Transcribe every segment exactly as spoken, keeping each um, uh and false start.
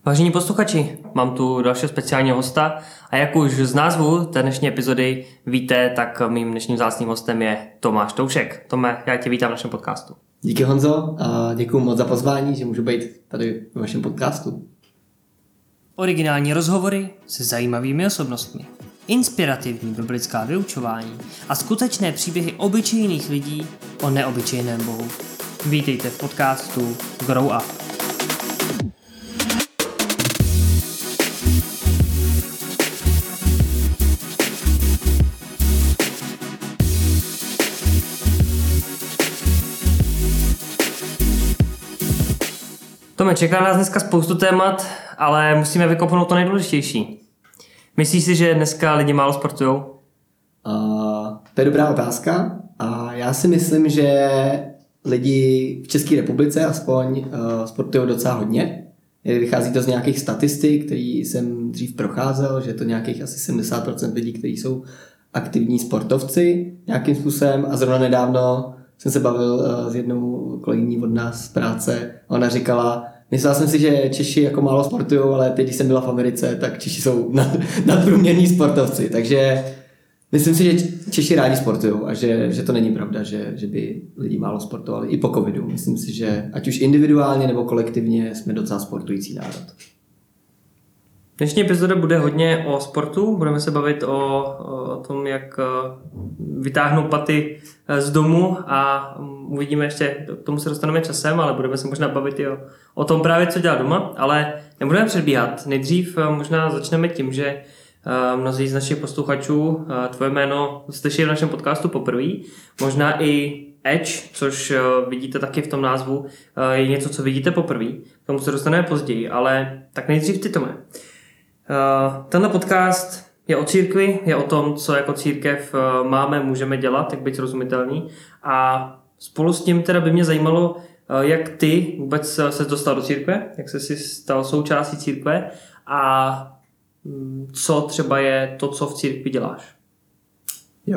Vážení posluchači, mám tu dalšího speciálního hosta a jak už z názvu té dnešní epizody víte, tak mým dnešním vzácným hostem je Tomáš Toušek. Tome, já tě vítám v našem podcastu. Díky, Honzo, a děkuji moc za pozvání, že můžu být tady v vašem podcastu. Originální rozhovory se zajímavými osobnostmi, inspirativní biblická vyučování a skutečné příběhy obyčejných lidí o neobyčejném Bohu. Vítejte v podcastu Grow Up. Tome, čeká nás dneska spoustu témat, ale musíme vykopnout to nejdůležitější. Myslíš si, že dneska lidi málo sportujou? Uh, to je dobrá otázka a já si myslím, že lidi v České republice aspoň uh, sportují docela hodně. Vychází to z nějakých statistik, které jsem dřív procházel, že je to nějakých asi sedmdesát procent lidí, kteří jsou aktivní sportovci nějakým způsobem a zrovna nedávno jsem se bavil uh, s jednou kolegyní od nás z práce a ona říkala, myslel jsem si, že Češi jako málo sportují, ale teď, když jsem byla v Americe, tak Češi jsou nad, nadprůměrní sportovci, takže myslím si, že Češi rádi sportují a že, že to není pravda, že, že by lidi málo sportovali i po covidu. Myslím si, že ať už individuálně nebo kolektivně jsme docela sportující národ. Dnešní epizoda bude hodně o sportu, budeme se bavit o, o tom, jak vytáhnout paty z domu a uvidíme ještě, k tomu se dostaneme časem, ale budeme se možná bavit i o, o tom právě, co dělat doma, ale nebudeme předbíhat. Nejdřív možná začneme tím, že mnozí z našich posluchačů tvoje jméno slyší v našem podcastu poprvé, možná i Edge, což vidíte taky v tom názvu, je něco, co vidíte poprvé, k tomu se dostaneme později, ale tak nejdřív ty, Tome. Uh, tenhle podcast je o církvi, je o tom, co jako církev uh, máme, můžeme dělat, jak být srozumitelný. A spolu s tím teda by mě zajímalo, uh, jak ty vůbec se dostal do církve, jak jsi si stal součástí církve a um, co třeba je to, co v církvi děláš. Jo.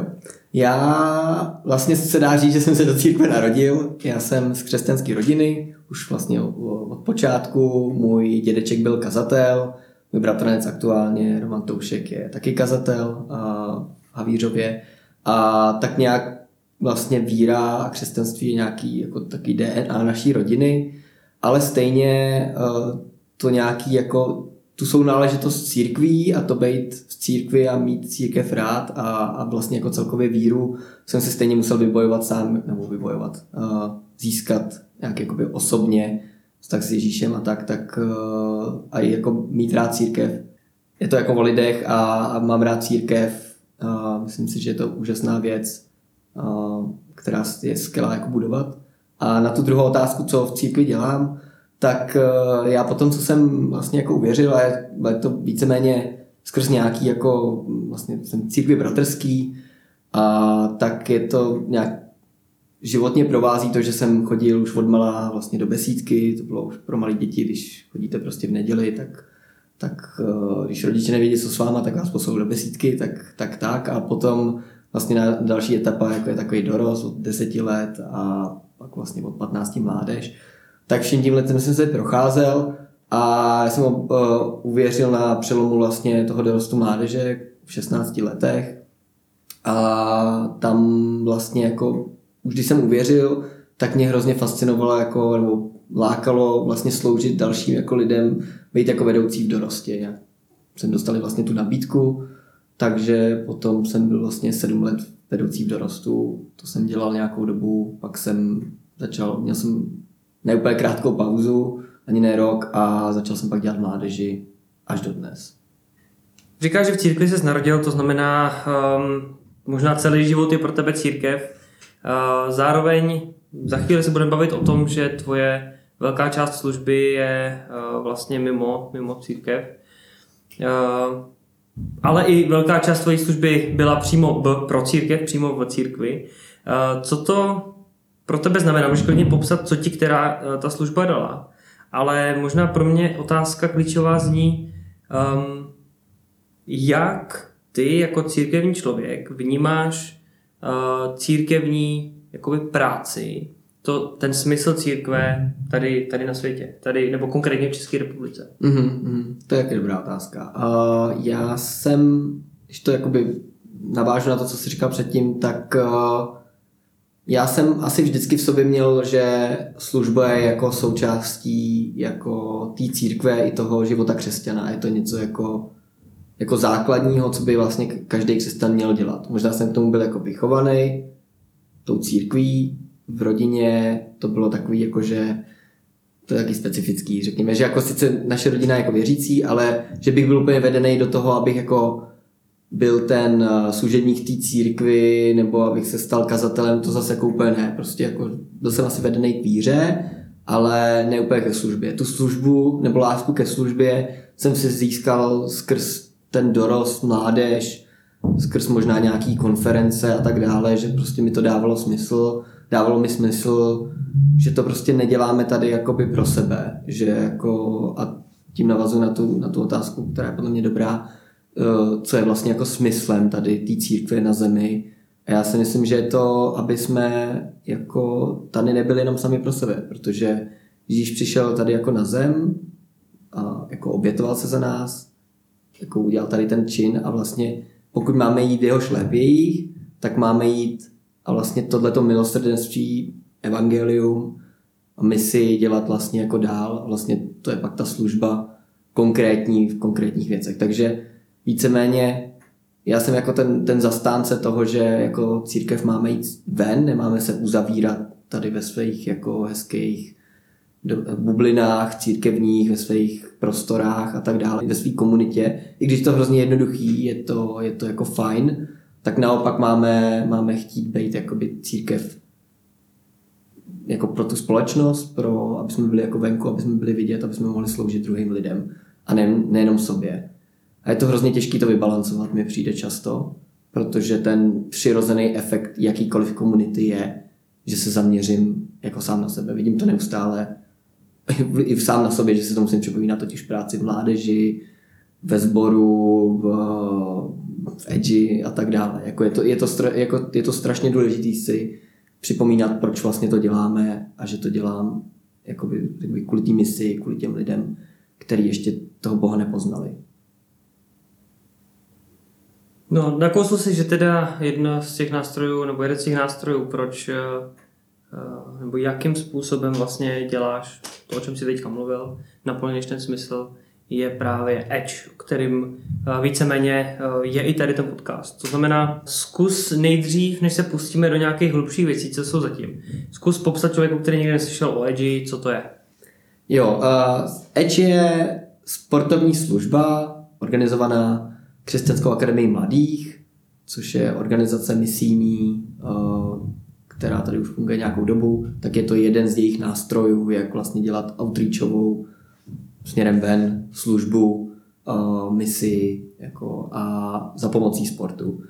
Já vlastně se dá říct, že jsem se do církve narodil. Já jsem z křesťanské rodiny, už vlastně od počátku. Můj dědeček byl kazatel, můj bratranec aktuálně, Roman Toušek, je taky kazatel v Havířově. A tak nějak vlastně víra a křesťanství je nějaký jako takový D N A naší rodiny, ale stejně to nějaký jako tu sounáležitost církví a to být v církvi a mít církev rád a, a vlastně jako celkově víru jsem si stejně musel vybojovat sám, nebo vybojovat, získat nějak jakoby osobně vztah s Ježíšem a tak, tak a i jako mít rád církev. Je to jako o lidech a, a mám rád církev. A myslím si, že je to úžasná věc, a, která je skvělá jako budovat. A na tu druhou otázku, co v církvi dělám, tak já potom, co jsem vlastně jako uvěřil, a je, je to víceméně skrz nějaký jako vlastně jsem církvi bratrský, a tak je to nějak životně provází to, že jsem chodil už odmala vlastně do besídky, to bylo už pro malé děti, když chodíte prostě v neděli, tak, tak když rodiče nevědí, co s váma, tak vás poslou do besídky, tak tak, tak a potom vlastně na další etapa jako je takový dorost od deseti let a pak vlastně od patnácti mládež. Tak vším tím letem jsem se procházel a já jsem uh, uvěřil na přelomu vlastně toho dorostu mládeže v šestnácti letech a tam vlastně jako už když jsem uvěřil, tak mě hrozně fascinovalo jako, nebo lákalo vlastně sloužit dalším jako lidem, být jako vedoucí v dorostě. Já jsem dostal vlastně tu nabídku, takže potom jsem byl vlastně sedm let vedoucí v dorostu, to jsem dělal nějakou dobu, pak jsem začal, měl jsem ne úplně krátkou pauzu, ani ne rok a začal jsem pak dělat mládeži až do dnes. Říkáš, že v církvi ses narodil, to znamená um, možná celý život je pro tebe církev. Uh, zároveň za chvíli se budeme bavit o tom, že tvoje velká část služby je uh, vlastně mimo, mimo církev. Uh, ale i velká část tvojí služby byla přímo b, pro církev, přímo v církvi. Uh, co to pro tebe znamená? Můžeš klidně popsat, co ti která uh, ta služba dala. Ale možná pro mě otázka klíčová zní, um, jak ty jako církevní člověk vnímáš uh, církevní jakoby práci, to, ten smysl církve tady, tady na světě, tady, nebo konkrétně v České republice? Mm-hmm, to je taky dobrá otázka. Uh, já jsem, když to jakoby navážu na to, co jsi říkal předtím, tak uh, já jsem asi vždycky v sobě měl, že služba je jako součástí jako té církve i toho života křesťana. Je to něco jako, jako základního, co by vlastně každý křesťan měl dělat. Možná jsem k tomu byl jako vychovaný tou církví, v rodině to bylo takový jako, že to je taky specifický, řekněme, že jako sice naše rodina je jako věřící, ale že bych byl úplně vedený do toho, abych jako byl ten služebník té církvi, nebo abych se stal kazatelem, to zase jako úplně ne. Prostě jako byl jsem asi vedený k víře, ale ne úplně ke službě. Tu službu nebo lásku ke službě jsem si získal skrz ten dorost, mládež, skrz možná nějaký konference a tak dále, že prostě mi to dávalo smysl. Dávalo mi smysl, že to prostě neděláme tady jakoby pro sebe, že jako, a tím navazuji na tu, na tu otázku, která je podle mě dobrá, co je vlastně jako smyslem tady té církve na zemi. A já si myslím, že je to, aby jsme jako tady nebyli jenom sami pro sebe, protože Ježíš přišel tady jako na zem a jako obětoval se za nás, jako udělal tady ten čin a vlastně pokud máme jít v jeho šlépějích, tak máme jít a vlastně tohleto milosrdenství, evangelium a misi dělat vlastně jako dál a vlastně to je pak ta služba konkrétní v konkrétních věcech. Takže víceméně já jsem jako ten, ten zastánce toho, že jako církev máme jít ven, nemáme se uzavírat tady ve svých jako hezkých bublinách církevních, ve svých prostorách a tak dále, ve své komunitě. I když to hrozně jednoduchý, je to, je to jako fajn, tak naopak máme, máme chtít být jakoby církev jako pro tu společnost, pro, aby jsme byli jako venku, aby jsme byli vidět, aby jsme mohli sloužit druhým lidem a ne, nejenom sobě. A je to hrozně těžké to vybalancovat, mi přijde často, protože ten přirozený efekt jakýkoliv komunity je, že se zaměřím jako sám na sebe. Vidím to neustále i v sám na sobě, že se to musím připomínat totiž práci v mládeži, ve sboru, v, v edži a tak dále. Jako je, to, je, to stra, jako je to strašně důležité si připomínat, proč vlastně to děláme a že to dělám jakoby, jakoby kvůli té misi, kvůli těm lidem, kteří ještě toho Boha nepoznali. No, nakousl si, že teda jedna z těch nástrojů, nebo jeden z těch nástrojů, proč, nebo jakým způsobem vlastně děláš to, o čem jsi teďka mluvil, naplňuješ ten smysl, je právě Edge, kterým víceméně je i tady ten podcast. To znamená, zkus nejdřív, než se pustíme do nějakých hlubších věcí, co jsou zatím. Zkus popsat člověku, který nikdy neslyšel o Edge, co to je. Jo, uh, Edge je sportovní služba organizovaná Křesťanskou akademií mladých, což je organizace misijní, uh, která tady už funguje nějakou dobu, tak je to jeden z jejich nástrojů, jak vlastně dělat outreachovou směrem ven službu, uh, misi jako, a za pomocí sportu. Uh,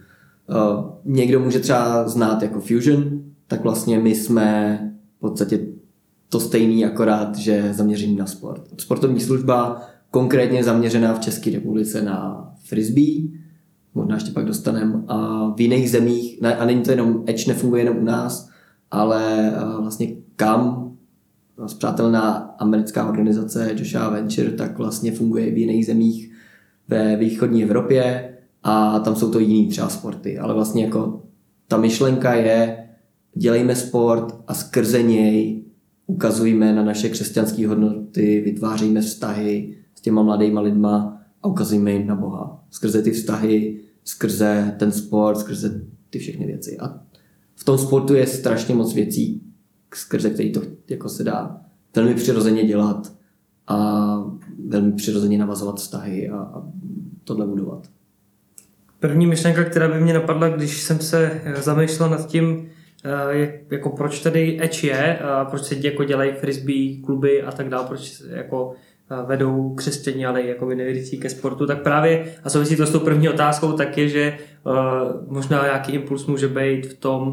někdo může třeba znát jako Fusion, tak vlastně my jsme v podstatě to stejný, akorát, že zaměřený na sport. Sportovní služba konkrétně zaměřená v České republice na frisbee, možná ještě pak dostaneme, a v jiných zemích, a není to jenom, Edge nefunguje jenom u nás, ale uh, vlastně kam spřátelná americká organizace Joshua Venture, tak vlastně funguje v jiných zemích ve východní Evropě a tam jsou to jiný třeba sporty, ale vlastně jako ta myšlenka je, dělejme sport a skrze něj ukazujeme na naše křesťanské hodnoty, vytváříme vztahy s těma mladýma lidma a ukazujeme jim na Boha. Skrze ty vztahy, skrze ten sport, skrze ty všechny věci. A v tom sportu je strašně moc věcí, skrze který to jako se dá velmi přirozeně dělat a velmi přirozeně navazovat vztahy a, a tohle budovat. První myšlenka, která by mě napadla, když jsem se zamýšlel nad tím, jak, jako proč tady Edge je, a proč se jako dělají frisbee kluby a tak dále, proč jako vedou křesťané, ale jako nevěřící ke sportu, tak právě, a souvisí to s tou první otázkou, tak je, že uh, možná nějaký impuls může být v tom,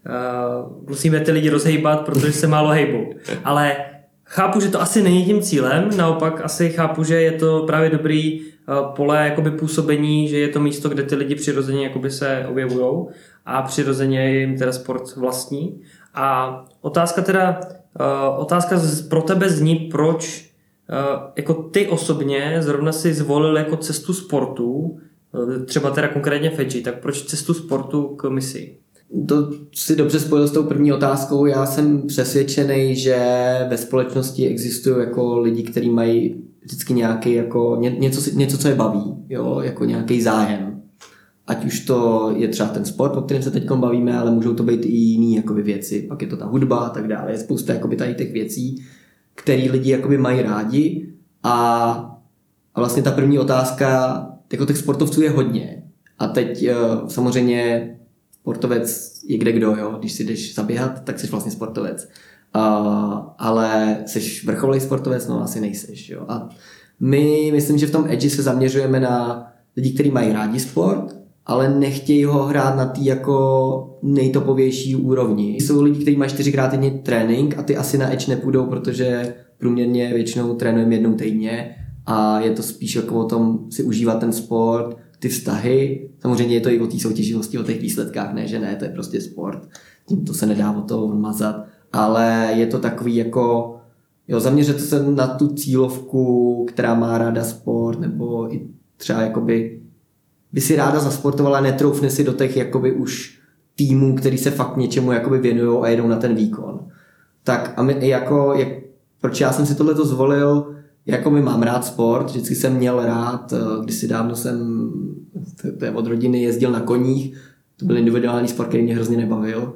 uh, musíme ty lidi rozhejbat, protože se málo hejbou. Ale chápu, že to asi není tím cílem, naopak asi chápu, že je to právě dobrý uh, pole jakoby působení, že je to místo, kde ty lidi přirozeně jakoby se objevujou a přirozeně jim teda sport vlastní. A otázka teda, uh, otázka z, pro tebe zní, proč uh, jako ty osobně zrovna si zvolil jako cestu sportu, uh, třeba teda konkrétně v Edži, tak proč cestu sportu k misi? To si dobře spojil s tou první otázkou. Já jsem přesvědčený, že ve společnosti existují jako lidi, kteří mají vždycky nějaký jako ně, něco, něco, co je baví, jo? Jako nějaký zájem. Ať už to je třeba ten sport, o kterém se teď bavíme, ale můžou to být i jiný jakoby věci. Pak je to ta hudba a tak dále. Je spousta jakoby tady těch věcí, které lidi jakoby mají rádi. A, a vlastně ta první otázka, jako těch sportovců je hodně. A teď samozřejmě sportovec je kde kdo, jo? Když si jdeš zaběhat, tak jsi vlastně sportovec. Uh, ale jsi vrcholný sportovec, no asi nejseš. Jo? A my, myslím, že v tom Edži se zaměřujeme na lidi, kteří mají rádi sport, ale nechtějí ho hrát na té jako nejtopovější úrovni. Jsou lidi, kteří mají čtyřikrát týdně trénink a ty asi na Edge nepůjdou, protože průměrně většinou trénujeme jednou týdně a je to spíš jako o tom si užívat ten sport, ty vztahy. Samozřejmě je to i o té soutěživosti, o těch výsledkách, ne, že ne, to je prostě sport. Tím to se nedá o to odmazat. Ale je to takový jako, jo, zaměřit se na tu cílovku, která má ráda sport, nebo i třeba jakoby by si ráda zasportovala, netroufne si do těch jakoby už týmů, který se fakt něčemu jakoby věnujou a jedou na ten výkon. Tak a my jako, jak, proč já jsem si tohleto zvolil, jako my mám rád sport, vždycky jsem měl rád, kdysi dávno jsem, to je od rodiny, jezdil na koních, to byl individuální sport, který mě hrozně nebavil.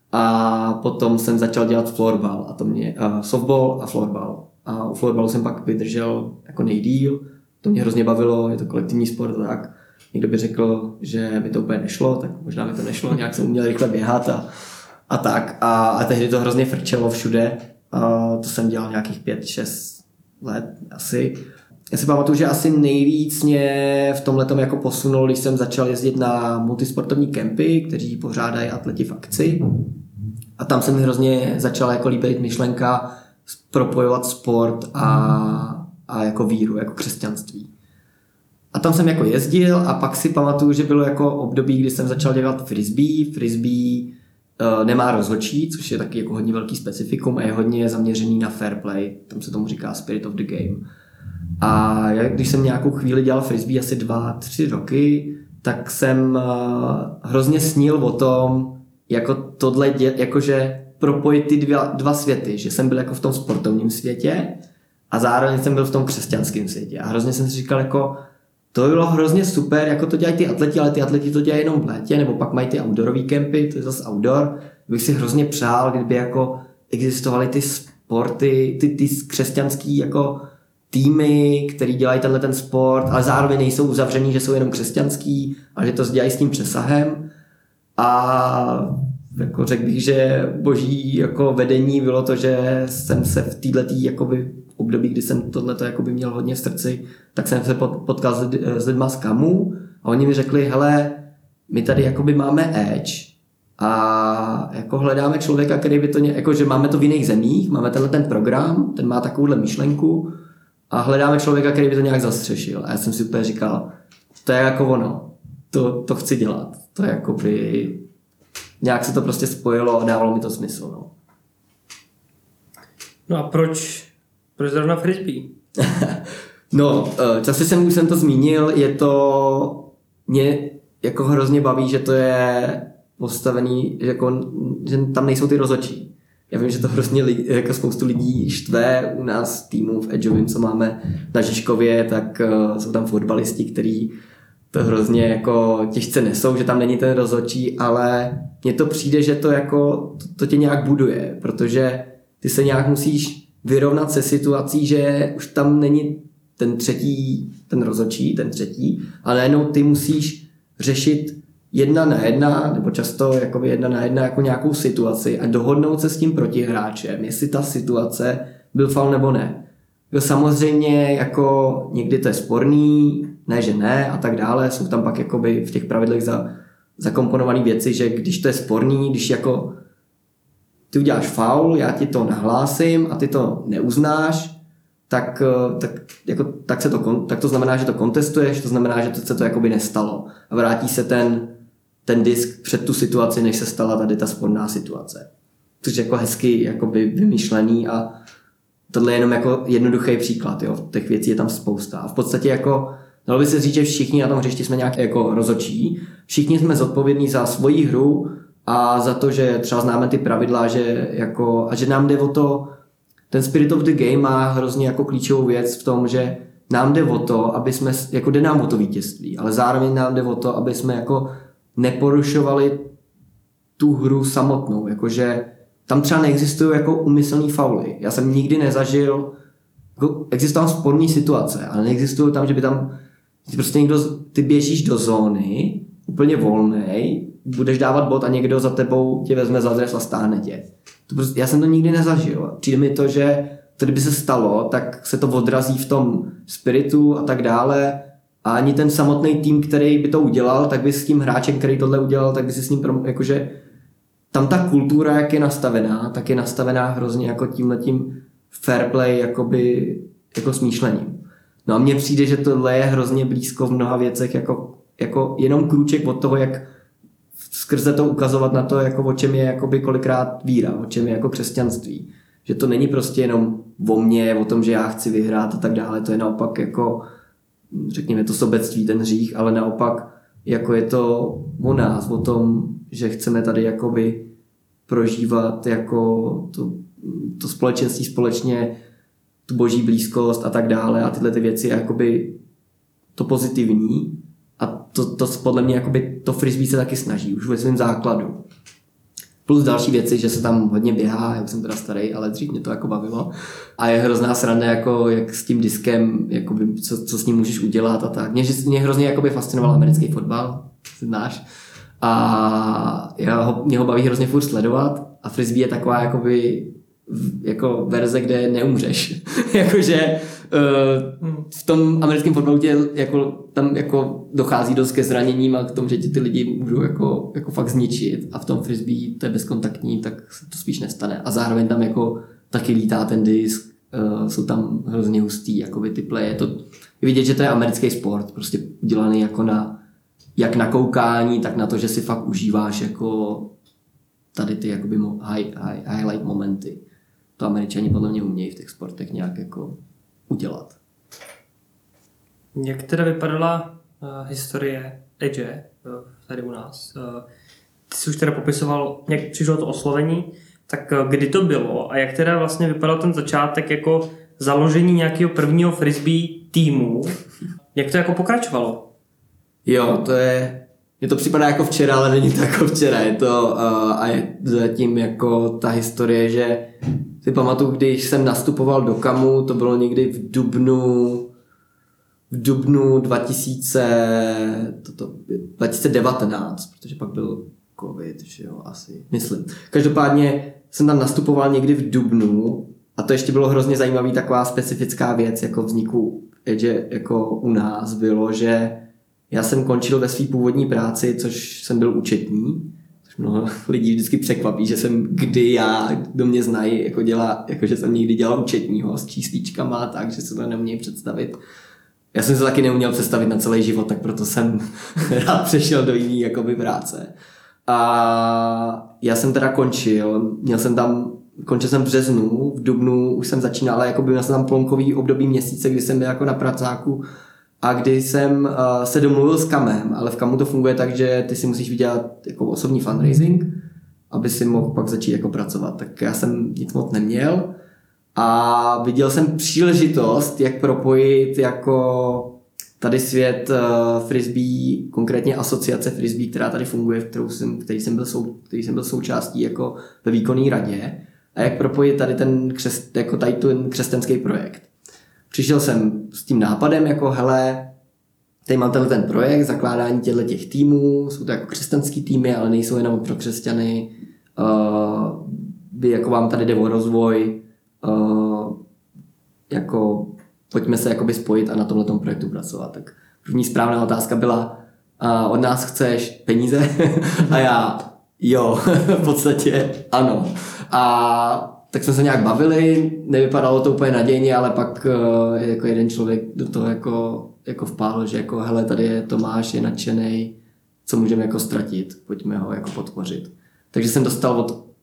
A potom jsem začal dělat florbal, a to mě, uh, softball a florbal. A u florbalu jsem pak vydržel jako nejdýl, to mě hrozně bavilo, je to kolektivní sport, tak někdo by řekl, že mi to úplně nešlo, tak možná mi to nešlo, nějak jsem uměl rychle běhat a, a tak. A, a tehdy to hrozně frčelo všude, a to jsem dělal nějakých pět šest let asi. Já si pamatuju, že asi nejvíc mě v tomhletom jako posunul, když jsem začal jezdit na multisportovní kempy, kteří pořádají atleti v akci. A tam se mi hrozně začala jako líbit myšlenka propojovat sport a, a jako víru, jako křesťanství. A tam jsem jako jezdil a pak si pamatuju, že bylo jako období, kdy jsem začal dělat frisbee. Frisbee uh, nemá rozhodčí, což je taky jako hodně velký specifikum a je hodně zaměřený na fair play. Tam se tomu říká spirit of the game. A já, když jsem nějakou chvíli dělal frisbee, asi dva, tři roky, tak jsem uh, hrozně snil o tom, jako tohle, dě, jakože propojit ty dva, dva světy, že jsem byl jako v tom sportovním světě a zároveň jsem byl v tom křesťanském světě. A hrozně jsem si říkal, jako to by bylo hrozně super, jako to dělají ty atleti, ale ty atleti to dělají jenom v létě, nebo pak mají ty outdoorový kempy, to je zase outdoor. Bych si hrozně přál, kdyby jako existovaly ty sporty, ty, ty křesťanský jako týmy, který dělají tenhle ten sport, ale zároveň nejsou uzavření, že jsou jenom křesťanský, ale že to dělají s tím přesahem. A jako řekl bych, že boží jako vedení bylo to, že jsem se v této jakoby období, kdy jsem tohleto jakoby měl hodně v srdci, tak jsem se potkal s, s lidma z Kamu a oni mi řekli, hele, my tady jakoby máme Edge a jako hledáme člověka, který by to, ně, jako že máme to v jiných zemích, máme tenhle ten program, ten má takovouhle myšlenku a hledáme člověka, který by to nějak zastřešil. A já jsem si úplně říkal, to je jako ono, to, to chci dělat. To je jakoby, nějak se to prostě spojilo a dávalo mi to smysl. No, no a proč, proč zrovna frisbee? No, časy jsem už jsem to zmínil, je to, mě jako hrozně baví, že to je postavený, že, jako, že tam nejsou ty rozhodčí. Já vím, že to hrozně lidi, jako spoustu lidí štve u nás v týmu v Edgeovým, co máme na Žižkově, tak uh, jsou tam fotbalisti, kteří to hrozně jako těžce nesou, že tam není ten rozhodčí, ale mně to přijde, že to jako to, to tě nějak buduje, protože ty se nějak musíš vyrovnat se situací, že už tam není ten třetí, ten rozhodčí, ten třetí, ale najednou ty musíš řešit jedna na jedna, nebo často jakoby jedna na jedna jako nějakou situaci a dohodnout se s tím protihráčem, jestli ta situace byl faul nebo ne. Samozřejmě jako někdy to je sporný, ne, že ne a tak dále, jsou tam pak jakoby v těch pravidlech za, zakomponované věci, že když to je sporný, když jako ty uděláš faul, já ti to nahlásím a ty to neuznáš, tak, tak, jako, tak, se to, tak to znamená, že to kontestuješ, to znamená, že to se to jakoby nestalo a vrátí se ten, ten disk před tu situaci, než se stala tady ta sporná situace. což je jako hezky jakoby vymyšlený a tohle je jenom jako jednoduchý příklad, jo. Těch věcí je tam spousta. A v podstatě jako dalo by se říct, že všichni na tom hřišti jsme nějak jako rozhodčí, všichni jsme zodpovědní za svoji hru a za to, že třeba známe ty pravidla, že jako, a že nám jde o to, ten spirit of the game má hrozně jako klíčovou věc v tom, že nám jde o to, aby jsme, jako jde nám o to vítězství, ale zároveň nám jde o to, aby jsme jako neporušovali tu hru samotnou, jakože tam třeba neexistují jako umyslný fauly. Já jsem nikdy nezažil, jako existují sporné situace, ale neexistují tam, že by tam ty prostě někdo, ty běžíš do zóny, úplně volnej, budeš dávat bod a někdo za tebou tě vezme za dres a stáhne tě. To prostě, já jsem to nikdy nezažil. Přijde mi to, že to kdyby se stalo, tak se to odrazí v tom spiritu a tak dále a ani ten samotný tým, který by to udělal, tak by s tím hráčem, který tohle udělal, tak by si s ním, jakože tam ta kultura, jak je nastavená, tak je nastavená hrozně jako tímhletím fair play jakoby, jako smýšlením. No a mně přijde, že tohle je hrozně blízko v mnoha věcech jako, jako jenom krůček od toho, jak skrze to ukazovat na to, jako o čem je jakoby kolikrát víra, o čem je jako křesťanství. Že to není prostě jenom o mně, o tom, že já chci vyhrát a tak dále, to je naopak jako, řekněme to sobectví, ten hřích, ale naopak jako je to o nás, o tom, že chceme tady jakoby prožívat jako to, to společenství společně, tu boží blízkost a tak dále a tyhle ty věci jakoby to pozitivní a to, to podle mě jakoby to frisbee se taky snaží už ve svém základu. Plus další věci, že se tam hodně běhá, já už jsem teda starý, ale dřív mě to jako bavilo a je hrozná sranda, jako jak s tím diskem, jakoby, co, co s ním můžeš udělat a tak. Mě, mě hrozně jakoby fascinoval americký fotbal, znáš, a já ho, mě ho baví hrozně furt sledovat a frisbee je taková jakoby jako verze, kde neumřeš. Jakože uh, v tom americkém fotbalu tě jako, tam jako dochází dost ke zraněním a k tomu, že ti ty lidi můžou jako, jako fakt zničit a v tom frisbee to je bezkontaktní, tak se to spíš nestane. A zároveň tam jako taky lítá ten disk, uh, jsou tam hrozně hustý jakoby ty pleje. To je vidět, že to je americký sport, prostě udělaný jako na jak na koukání, tak na to, že si fakt užíváš jako tady ty jakoby high, high, highlight momenty. To Američani podle mě umějí v těch sportech nějak jako udělat. Jak teda vypadala uh, historie Edge uh, tady u nás? Uh, ty jsi už teda popisoval, jak přišlo to oslovení, tak uh, kdy to bylo a jak teda vlastně vypadal ten začátek jako založení nějakého prvního frisbee týmu? Jak to jako pokračovalo? Jo, to je... Mně to připadá jako včera, ale není to jako včera. Je to, uh, a je zatím jako ta historie, že si pamatuju, když jsem nastupoval do Kamu, to bylo někdy v dubnu v dubnu dva tisíce, toto, dva tisíce devatenáct, protože pak byl covid, že jo, asi, myslím. Každopádně jsem tam nastupoval někdy v dubnu a to ještě bylo hrozně zajímavý, taková specifická věc, jako vzniku Edge jako u nás bylo, že já jsem končil ve své původní práci, což jsem byl účetní, což mnoho lidí vždycky překvapí, že jsem kdy já, kdo mě znají, jako dělá, jako že jsem někdy dělal účetního s číslíčkama a tak, že se to neumějí představit. Já jsem se taky neuměl představit na celý život, tak proto jsem rád přešel do jiný jakoby práce. A já jsem teda končil, měl jsem tam, končil jsem v březnu, v dubnu už jsem začínal, ale jakoby měl jsem tam plonkový období měsíce, kdy jsem byl jako na pracáku a kdy jsem uh, se domluvil s Kamem, ale v Kamu to funguje tak, že ty si musíš vydělat jako osobní fundraising, aby si mohl pak začít jako pracovat. Tak já jsem nic moc neměl a viděl jsem příležitost, jak propojit jako tady svět uh, frisbee, konkrétně asociace frisbee, která tady funguje, kterou jsem, který, jsem byl sou, který jsem byl součástí jako ve výkonné radě, a jak propojit tady ten, křest, jako tady ten křesťanský projekt. Přišel jsem s tím nápadem, jako hele, tady mám tenhle ten projekt, zakládání těchto těch týmů, jsou to jako křesťanský týmy, ale nejsou jenom pro křesťany, uh, by jako vám tady jde o rozvoj, uh, jako pojďme se jakoby spojit a na tomhletom projektu pracovat. Tak první správná otázka byla, uh, od nás chceš peníze? A já, jo, v podstatě ano. A tak jsme se nějak bavili, nevypadalo to úplně nadějně, ale pak uh, jako jeden člověk do toho jako, jako vpáhl, že jako hele, tady je Tomáš, je nadšenej, co můžeme jako ztratit, pojďme ho jako podpořit. Takže jsem dostal od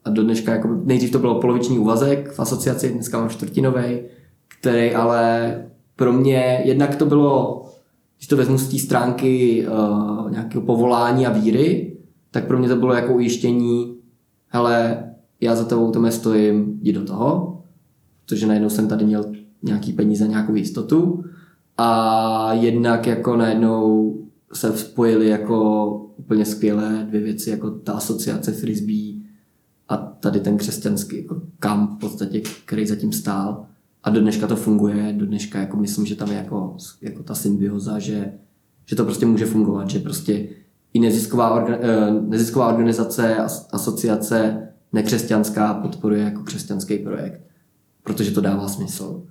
a do dneška, jako nejdřív to bylo poloviční úvazek v asociaci, dneska mám čtvrtinovej, který ale pro mě, jednak to bylo, když to vezmu z té stránky uh, nějakého povolání a víry, tak pro mě to bylo jako ujištění, hele, já za tebou Tome stojím, jdi do toho, protože najednou jsem tady měl nějaký peníze, nějakou jistotu a jednak jako najednou se spojily jako úplně skvělé dvě věci, jako ta asociace frisbee a tady ten křesťanský jako kamp v podstatě, který zatím stál. A do dneška to funguje, do dneška jako myslím, že tam je jako, jako ta symbioza, že, že to prostě může fungovat, že prostě i nezisková, orga, nezisková organizace, asociace nekřesťanská podporuje jako křesťanský projekt, protože to dává smysl.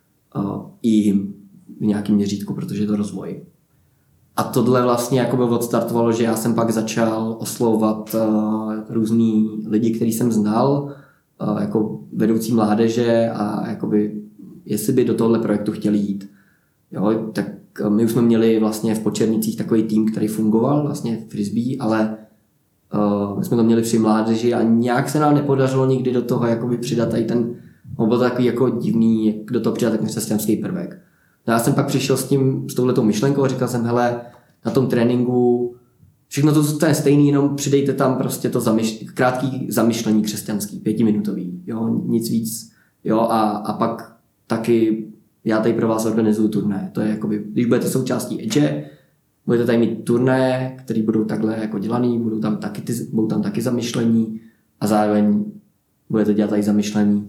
I v nějakém měřítku, protože je to rozvoj. A tohle vlastně jako by odstartovalo, že já jsem pak začal oslovovat uh, různý lidi, který jsem znal, uh, jako vedoucí mládeže a jakoby, jestli by do tohle projektu chtěli jít. Jo, tak uh, my už jsme měli vlastně v Počernicích takový tým, který fungoval, vlastně frisbee, ale uh, my jsme to měli při mládeži a nějak se nám nepodařilo nikdy do toho jakoby přidat tady ten, on byl takový jako divný, jak do toho přidat ten křesťanský prvek. No já jsem pak přišel s tím, s touhletou myšlenkou a říkal jsem, hele, na tom tréninku všechno to zůstane stejný, jenom přidejte tam prostě to zamyš- krátký zamyšlení křesťanský, pětiminutový, jo, nic víc, jo, a, a pak taky já tady pro vás organizuju turné, to je jakoby, když budete součástí Edge, budete tady mít turné, které budou takhle jako dělaný, budou tam taky, ty, budou tam taky zamyšlení a zároveň budete dělat tady zamyšlení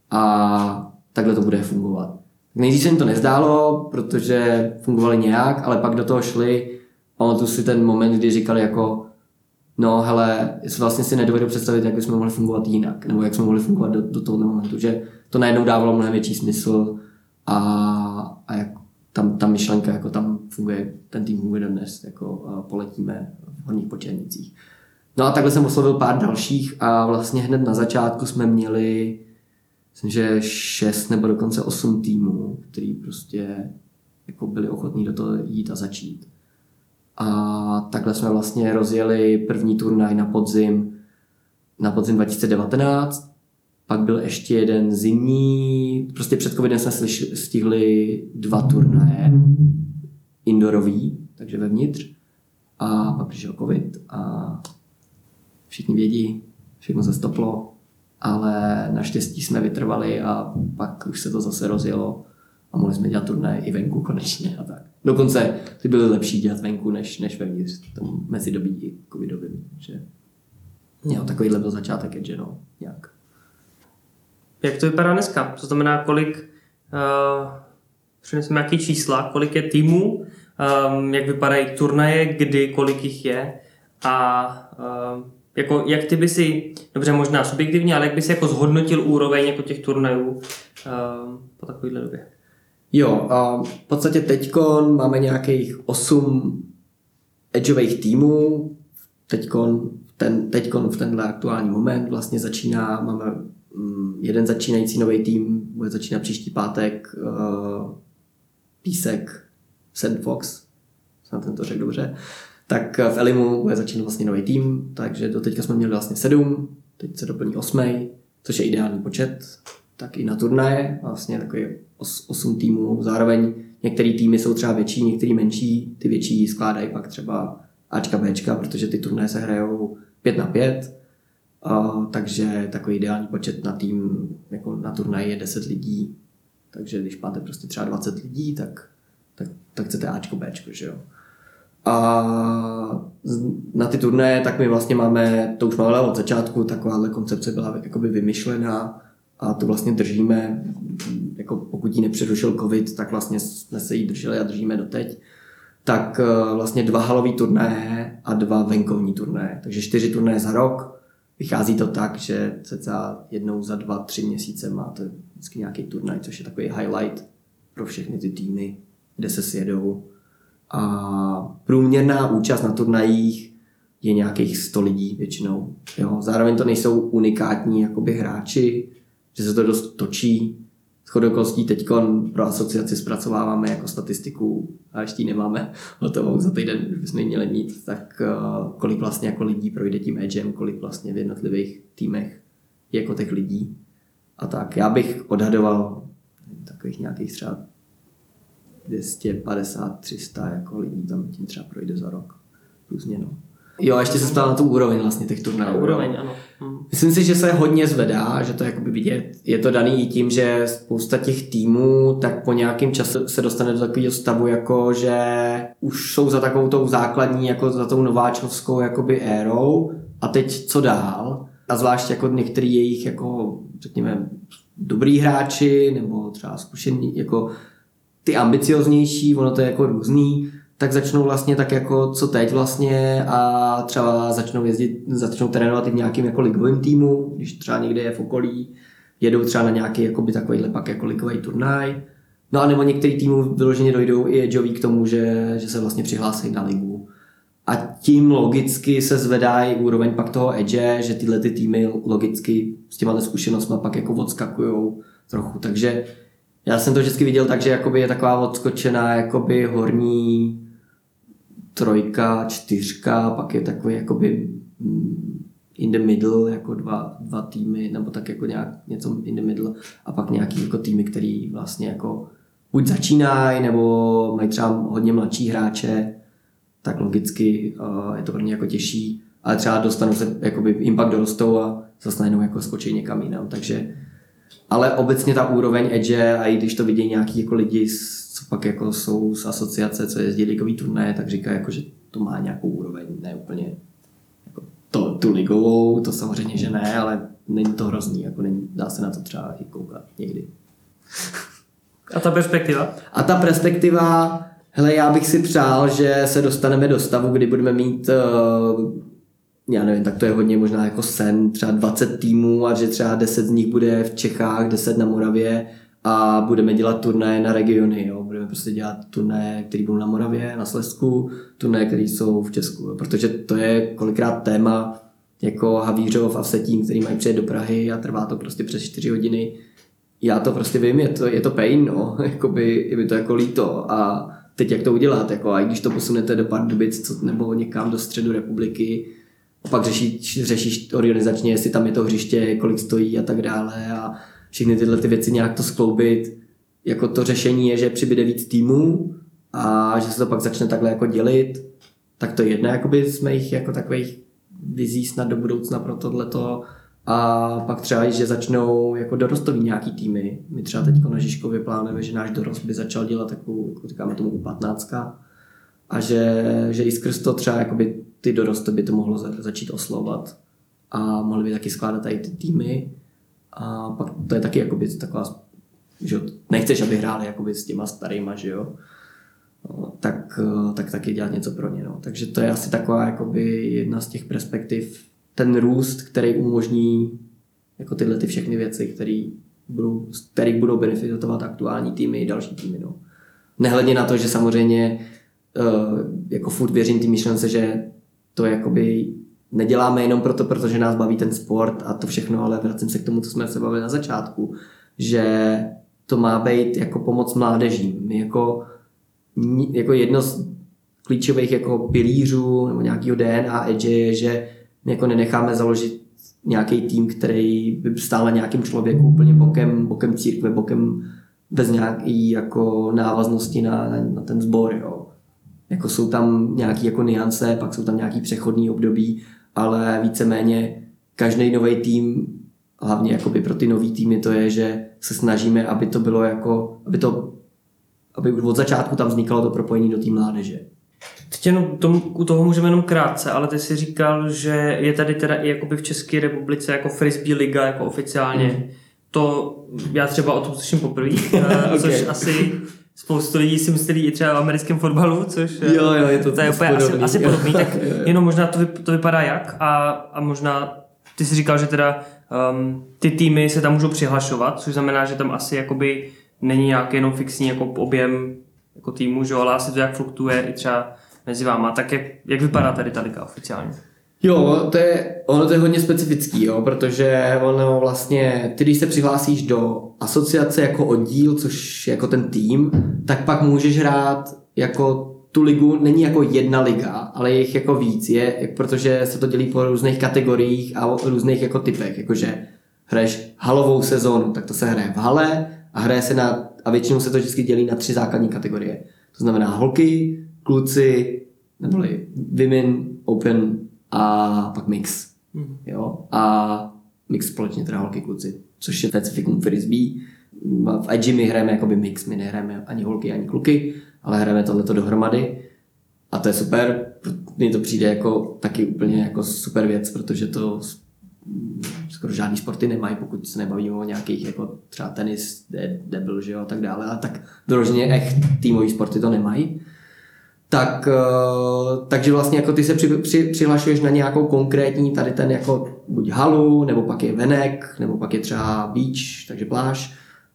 a takhle to bude fungovat. Nejdřív se jim to nezdálo, protože fungovali nějak, ale pak do toho šli a on tu si ten moment, kdy říkali jako no hele, vlastně si nedovedu představit, jak bychom mohli fungovat jinak, nebo jak jsme mohli fungovat do, do toho momentu, že to najednou dávalo mnohem větší smysl a, a jak tam ta myšlenka, jako tam funguje, ten tým funguje dodnes, jako poletíme v Horních Počernicích. No a takhle jsem oslovil pár dalších a vlastně hned na začátku jsme měli myslím, že šest nebo dokonce osm týmů, který prostě jako byli ochotní do toho jít a začít. A takhle jsme vlastně rozjeli první turnaj na podzim, na podzim dva tisíce devatenáct, pak byl ještě jeden zimní, prostě před covidem jsme stihli dva turnaje indoorový, takže vevnitř, a pak přišel covid a všichni vědí, všechno se stoplo. Ale naštěstí jsme vytrvali a pak už se to zase rozjelo a mohli jsme dělat turné i venku konečně a tak. Dokonce ty byly lepší dělat venku než, než vevnitř, tam mezidobí covidovým, že jo, takovýhle byl začátek Edge, no, nějak. Jak to vypadá dneska? To znamená, kolik, uh, přineseme nějaký čísla, kolik je týmů, um, jak vypadají turnaje, kdy, kolik jich je a uh, jako, jak ty by si, dobře možná subjektivně, ale jak by si jako zhodnotil úroveň jako těch turnajů uh, po takovéhle době? Jo, a v podstatě teďkon máme nějakých osm edgeových týmů, teďkon, ten, teďkon v tenhle aktuální moment vlastně začíná, máme um, jeden začínající nový tým, bude začínat příští pátek, uh, Písek, Sandfox, snad ten to řekl dobře. Tak v Elimu bude začínat vlastně nový tým, takže do teďka jsme měli vlastně sedm, teď se doplní osmej, což je ideální počet, tak i na turnaje, vlastně takový os, osm týmů. Zároveň některé týmy jsou třeba větší, některé menší, ty větší skládají pak třeba Ačka, Bčka, protože ty turnaje se hrajou pět na pět, a, takže takový ideální počet na tým, jako na turnaj je deset lidí, takže když máte prostě třeba dvacet lidí, tak, tak, tak chcete Ačko, Bčko, že jo. A na ty turnaje tak my vlastně máme, to už máme od začátku, takováhle koncepce byla jakoby vymyšlená a to vlastně držíme, jako pokud ji nepřerušil covid, tak vlastně jsme se jí drželi a držíme doteď. Tak vlastně dva halový turnaje a dva venkovní turnaje, takže čtyři turnaje za rok. Vychází to tak, že cca jednou za dva, tři měsíce máte vždycky nějaký turnaj, což je takový highlight pro všechny ty týmy, kde se sjedou. A průměrná účast na turnajích je nějakých sto lidí většinou. Jo. Zároveň to nejsou unikátní jakoby hráči, že se to dost točí. Shodou okolností teďkon pro asociaci zpracováváme jako statistiku a ještě ji nemáme hotovou za týden, už bychom ji měli mít, tak uh, kolik vlastně jako lidí projde tím edgem, kolik vlastně v jednotlivých týmech jako těch lidí. A tak, já bych odhadoval takových nějakých třeba dvě stě padesát tři sta jako lidí tam tím třeba projde za rok. Různě, no. Jo, a ještě se ptal na tu úroveň vlastně těch turnajů. Úroveň, ano. Hmm. Myslím si, že se hodně zvedá, že to je jakoby vidět. Je to daný i tím, že spousta těch týmů tak po nějakém čase se dostane do takového stavu, jako že už jsou za takovou tou základní, jako za tou nováčkovskou jakoby érou a teď co dál. A zvlášť jako některý jejich jako, řekněme, dobrý hráči nebo třeba zkušení, jako ty ambicioznější, ono to je jako různý, tak začnou vlastně tak jako co teď vlastně a třeba začnou jezdit, začnou trénovat i v nějakým jako ligovým týmu, když třeba někde je v okolí, jedou třeba na nějaký jakoby takovýhle pak jako ligový turnaj. No a nebo některý týmů vyloženě dojdou i edgeoví k tomu, že, že se vlastně přihlásí na ligu. A tím logicky se zvedá i úroveň pak toho edge, že tyhle ty týmy logicky s těma zkušenostmi pak jako odskakujou trochu. Takže já jsem to vždycky viděl tak, že jakoby je taková odskočená jakoby horní trojka, čtyřka, pak je takový jakoby in the middle, jako dva, dva týmy, nebo tak jako nějak něco in the middle a pak nějaký jako týmy, který vlastně jako buď začínají, nebo mají třeba hodně mladší hráče, tak logicky uh, je to pro ně jako těžší, ale třeba dostanou se, jakoby jim pak dorostou a zase najednou jako skočí někam jinam, takže ale obecně ta úroveň edge a i když to vidí nějaký jako lidi, co pak jako jsou z asociace, co jezdí ligový turnaje, tak říkají, jako, že to má nějakou úroveň, ne úplně jako to, tu ligovou, to samozřejmě, že ne, ale není to hrozný, jako není, dá se na to třeba i koukat někdy. A ta perspektiva? A ta perspektiva, hele, já bych si přál, že se dostaneme do stavu, kdy budeme mít uh, já nevím, tak to je hodně možná jako sen, třeba dvacet týmů a že třeba deset z nich bude v Čechách, deset na Moravě a budeme dělat turnaje na regiony, jo. Budeme prostě dělat turnaje, které budou na Moravě, na Slezsku, turnaje, které jsou v Česku, jo. Protože to je kolikrát téma jako Havířov a Vsetín, který mají přijet do Prahy a trvá to prostě přes čtyři hodiny. Já to prostě vím, je to, je to pain, no, jakoby je mi to jako líto a teď jak to udělat, jako a i když to posunete do Pardubic co, nebo někam do středu republiky, pak řešíš, řešíš organizačně, jestli tam je to hřiště, kolik stojí a tak dále a všechny tyhle ty věci nějak to skloubit. Jako to řešení je, že přibyde víc týmů a že se to pak začne takhle jako dělit. Tak to je jedna jakoby z mých jako takových vizí snad do budoucna pro tohleto. A pak třeba, že začnou jako dorostový nějaký týmy. My třeba teď na Žižkově plánujeme, že náš dorost by začal dělat takovou, jako říkáme tomu U patnáct. A že, že i skrz to třeba jakoby ty dorosty by to mohlo začít oslovovat a mohly by taky skládat tady ty týmy a pak to je taky jakoby taková, že nechceš, aby hráli jakoby s těma starýma, že jo, no, tak, tak taky dělat něco pro ně, no. Takže to je asi taková jakoby jedna z těch perspektiv, ten růst, který umožní jako tyhle ty všechny věci, který budou, který budou benefitovat aktuální týmy i další týmy, no. Nehledě na to, že samozřejmě uh, jako furt věřím tým myšlence, že to jakoby neděláme jenom proto, protože nás baví ten sport a to všechno, ale vracím se k tomu, co jsme se bavili na začátku, že to má být jako pomoc mládežím. My jako, jako jedno z klíčových jako pilířů nebo nějakého D N A edge je, že my jako nenecháme založit nějaký tým, který by stál na nějakým člověku úplně bokem, bokem církve, bokem bez nějaký jako návaznosti na, na, na ten sbor, jo. Jako jsou tam nějaké jako niance, pak jsou tam nějaké přechodní období, ale víceméně každý nový tým, hlavně jakoby pro ty nový týmy, to je, že se snažíme, aby to bylo jako, aby to, aby už od začátku tam vznikalo to propojení do té mládeže. Teď jenom tomu, u toho můžeme jenom krátce, ale ty jsi říkal, že je tady teda i jakoby v České republice jako frisbee liga jako oficiálně. Mm. To já třeba o tom slyším poprvé, okay. Což asi spoustu lidí si myslí i třeba v americkém fotbalu, což jo, jo, je to, to je úplně asi, asi podobný, tak jenom možná to, vyp, to vypadá jak a, a možná ty jsi říkal, že teda um, ty týmy se tam můžou přihlašovat, což znamená, že tam asi jakoby není nějaký jenom fixní jako objem jako týmu, že, ale asi to jak fluktuje i třeba mezi váma. Tak jak, jak vypadá tady ta liga oficiálně? Jo, to je, ono to je hodně specifický, jo, protože ono vlastně, ty když se přihlásíš do asociace jako oddíl, což je jako ten tým, tak pak můžeš hrát jako tu ligu, není jako jedna liga, ale je jich jako víc, je, protože se to dělí po různých kategoriích a různých jako typech, jakože hraješ halovou sezónu, tak to se hraje v hale a hraje se na, a většinou se to vždycky dělí na tři základní kategorie. To znamená holky, kluci, neboli women, open a pak mix. Mm. Jo? A mix společně teda holky, kluci, což je specifikum frisbee. V edži my hrajeme jakoby mix, my nehrajeme ani holky, ani kluky, ale hrajeme tohleto dohromady. A to je super, mně to přijde jako taky úplně jako super věc, protože to skoro žádný sporty nemají, pokud se nebavíme o nějakých jako třeba tenis, debil, že jo, a tak dále, a tak vyloženě echt týmový sporty to nemají. Tak, takže vlastně jako ty se při, při, přihlašuješ na nějakou konkrétní tady ten jako buď halu, nebo pak je venek, nebo pak je třeba beach, takže pláž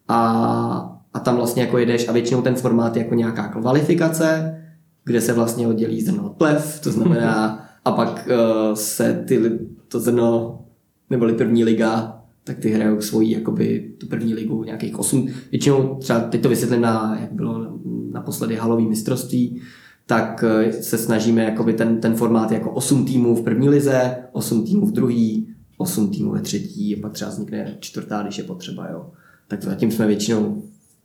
a, a tam vlastně jako jedeš a většinou ten formát je jako nějaká kvalifikace, kde se vlastně oddělí zrno od plev, to znamená a pak uh, se ty, to zrno neboli první liga, tak ty hrajou svoji jakoby tu první ligu nějakých osm, většinou třeba teď to vysvětlím na, jak bylo naposledy halový mistrovství, tak se snažíme jakoby ten, ten formát jako osm týmů v první lize, osm týmů v druhý, osm týmů ve třetí a pak třeba vznikne čtvrtá, když je potřeba, jo. Tak to zatím jsme většinou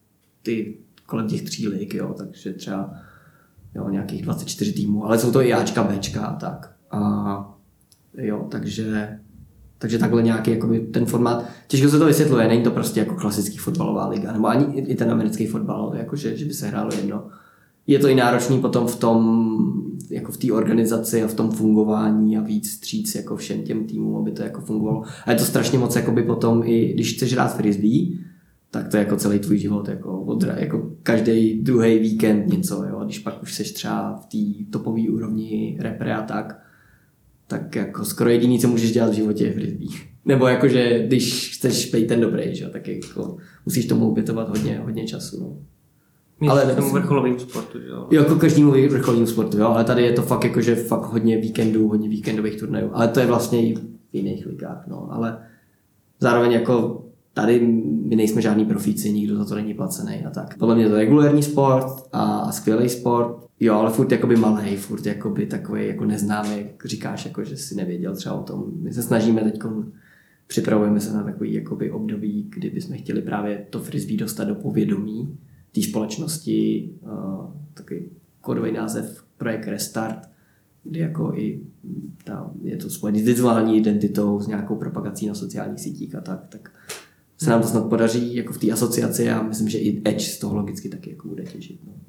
ty kolem těch tří lig, jo, takže třeba jo, nějakých dvacet čtyři týmů, ale jsou to i Ačka, Bčka a tak. A jo, takže takže takhle nějaký jakoby ten formát, těžko se to vysvětluje, není to prostě jako klasický fotbalová liga, nebo ani i ten americký fotbal, jakože, že by se hrálo jedno. Je to i náročný potom v tom, jako v té organizaci a v tom fungování a víc stříc jako všem těm týmům, aby to jako fungovalo. A je to strašně moc jakoby potom i, když chceš hrát frisbee, tak to je jako celý tvůj život, jako, od, jako každý druhý víkend něco, jo. Když pak už seš třeba v té topové úrovni repre a tak, tak jako skoro jediný, co můžeš dělat v životě je frisbee. Nebo jakože, když chceš být ten dobrý, že? Tak jako musíš tomu obětovat hodně, hodně času. No. Míš ale tomu vrcholovým sportu, že jo? Jako každému vrcholovým sportu, jo, ale tady je to fakt jakože fakt hodně víkendů, hodně víkendových turnajů, ale to je vlastně i v jiných ligách, no, ale zároveň jako tady my nejsme žádný profíci, nikdo za to není placený a tak. Podle mě to je regulérní sport a, a skvělý sport, jo, ale furt jakoby malej, furt jakoby takový jako neznámý, jak říkáš, jako že si nevěděl třeba o tom. My se snažíme teď, připravujeme se na takový jakoby období, kdy bychom chtěli právě to frisbee dostat do povědomí té společnosti, uh, takový kódový název projekt Restart, kdy jako i ta, je to spojený s vizuální identitou, s nějakou propagací na sociálních sítích a tak, tak se nám to snad podaří jako v té asociaci a myslím, že i Edge z toho logicky taky jako bude těžit. No.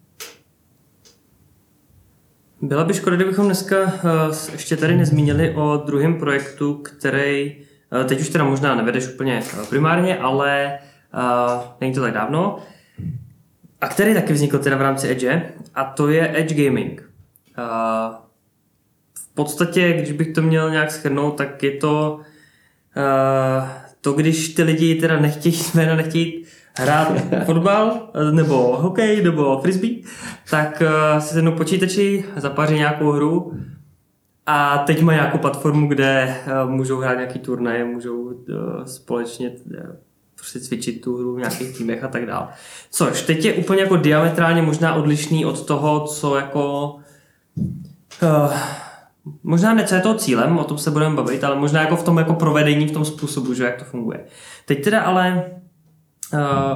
Byla by škoda, kdybychom dneska uh, ještě tady nezmínili o druhém projektu, který uh, teď už teda možná nevedeš úplně uh, primárně, ale uh, není to tak dávno, a který taky vznikl teda v rámci Edge, a to je Edge Gaming. Uh, v podstatě, když bych to měl nějak shrnout, tak je to uh, to, když ty lidi teda nechtějí, nechtějí hrát fotbal, nebo hokej, nebo frisbee, tak uh, si sednou počítači, zapáří nějakou hru a teď mají nějakou platformu, kde uh, můžou hrát nějaký turnaje, můžou uh, společně uh, prostě cvičit tu hru v nějakých týmech a tak dále. Což teď je úplně jako diametrálně možná odlišný od toho, co jako uh, možná ne co je toho cílem, o tom se budeme bavit, ale možná jako v tom jako provedení, v tom způsobu, že jak to funguje. Teď teda ale uh,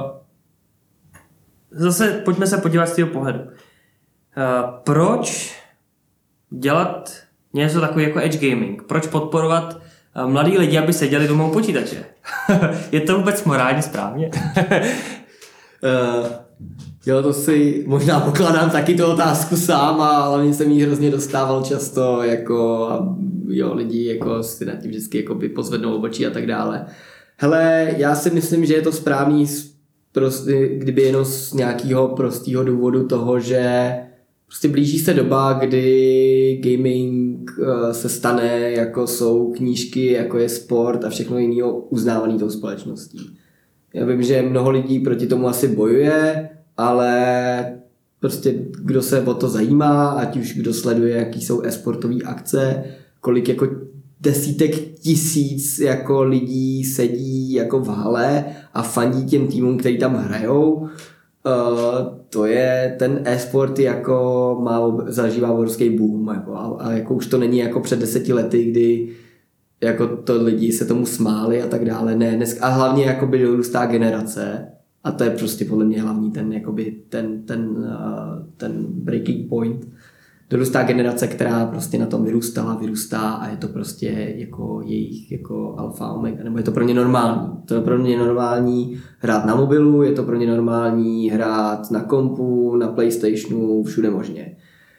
zase pojďme se podívat z toho pohledu. Uh, proč dělat něco takový jako Edge Gaming? Proč podporovat uh, mladí lidi, aby seděli doma u počítače? Je to vůbec morálně správně? uh, jo, to si možná pokládám taky tu otázku sám a hlavně jsem jí hrozně dostával často, jako jo, lidi jako si nad tím vždycky jako by pozvednou obočí a tak dále. Hele, já si myslím, že je to správný prostě, kdyby jenom z nějakého prostého důvodu toho, že prostě blíží se doba, kdy gaming se stane, jako jsou knížky, jako je sport a všechno jiného uznávaný tou společností. Já vím, že mnoho lidí proti tomu asi bojuje, ale prostě kdo se o to zajímá, ať už kdo sleduje, jaký jsou e-sportové akce, kolik jako desítek tisíc jako lidí sedí jako v hale a fandí těm týmům, který tam hrajou. Uh, to je ten e-sport jako má, zažívá obrovský boom jako, a, a jako už to není jako před deseti lety, kdy jako to lidi se tomu smáli a tak dále. Ne, dnes, a hlavně jakoby dorůstá generace a to je prostě podle mě hlavní ten, jakoby ten, ten, uh, ten breaking point. Dorůstá generace, která prostě na tom vyrůstala, vyrůstá a je to prostě jako jejich jako alfa omega, nebo je to pro ně normální. To je pro ně normální hrát na mobilu, je to pro ně normální hrát na kompu, na PlayStationu, všude možně.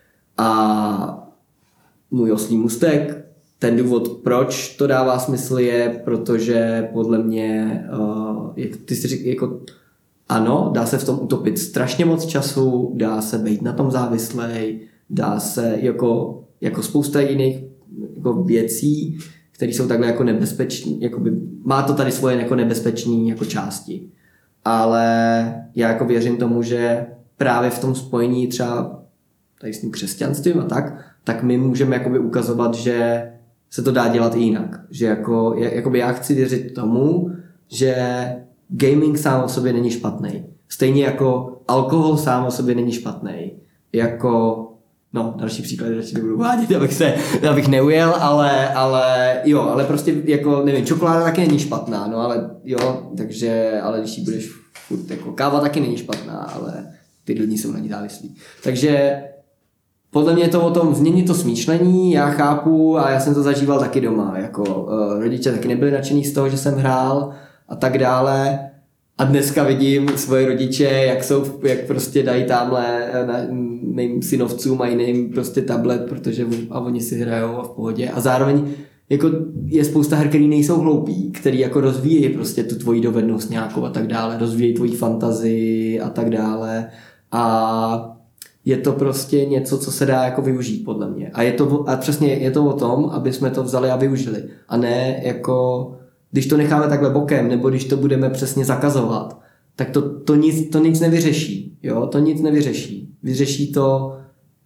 A můj oslý můstek, ten důvod, proč to dává smysl, je, protože podle mě, uh, jak ty jsi říkal, jako ano, dá se v tom utopit strašně moc času, dá se být na tom závislej, dá se jako, jako spousta jiných jako věcí, které jsou takhle jako nebezpečné, jakoby, má to tady svoje jako nebezpečné jako části. Ale já jako věřím tomu, že právě v tom spojení třeba tady s tím křesťanstvím a tak, tak my můžeme jakoby ukazovat, že se to dá dělat i jinak. Že jako, jakoby já chci věřit tomu, že gaming sám o sobě není špatný. Stejně jako alkohol sám o sobě není špatný. Jako, no, další příklady radši nebudu vádět, abych se, abych neujel, ale, ale jo, ale prostě jako, nevím, čokoláda taky není špatná, no ale jo, takže, ale když jí budeš furt, jako káva taky není špatná, ale ty lidi jsou na ní závislí. Takže podle mě je to o tom změnit to smýšlení, já chápu a já jsem to zažíval taky doma, jako uh, rodiče taky nebyli nadšení z toho, že jsem hrál a tak dále. A dneska vidím svoje rodiče, jak jsou, jak prostě dají tamhle mým synovcům a jiným prostě tablet, protože a oni si hrajou a v pohodě. A zároveň jako je spousta her, který nejsou hloupí, který jako rozvíjí prostě tu tvoji dovednost nějakou a tak dále, rozvíjí tvoji fantazii a tak dále. A je to prostě něco, co se dá jako využít podle mě. A je to a přesně je to o tom, aby jsme to vzali a využili. A ne jako když to necháme takhle bokem, nebo když to budeme přesně zakazovat, tak to, to, nic, to nic nevyřeší. Jo? To nic nevyřeší. Vyřeší to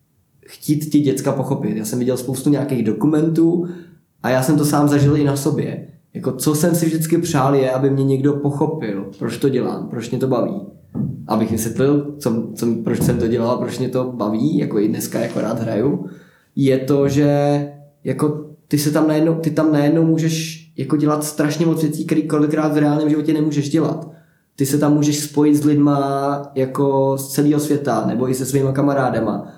chtít ti děcka pochopit. Já jsem viděl spoustu nějakých dokumentů a já jsem to sám zažil i na sobě. Jako, co jsem si vždycky přál je, aby mě někdo pochopil, proč to dělám, proč mě to baví. Abych vysvětlil, co, co, proč jsem to dělal, proč mě to baví, jako i dneska jako rád hraju, je to, že jako ty se tam najednou, ty tam najednou můžeš jako dělat strašně moc věcí, které kolikrát v reálném životě nemůžeš dělat. Ty se tam můžeš spojit s lidma jako z celého světa, nebo i se svýma kamarádama.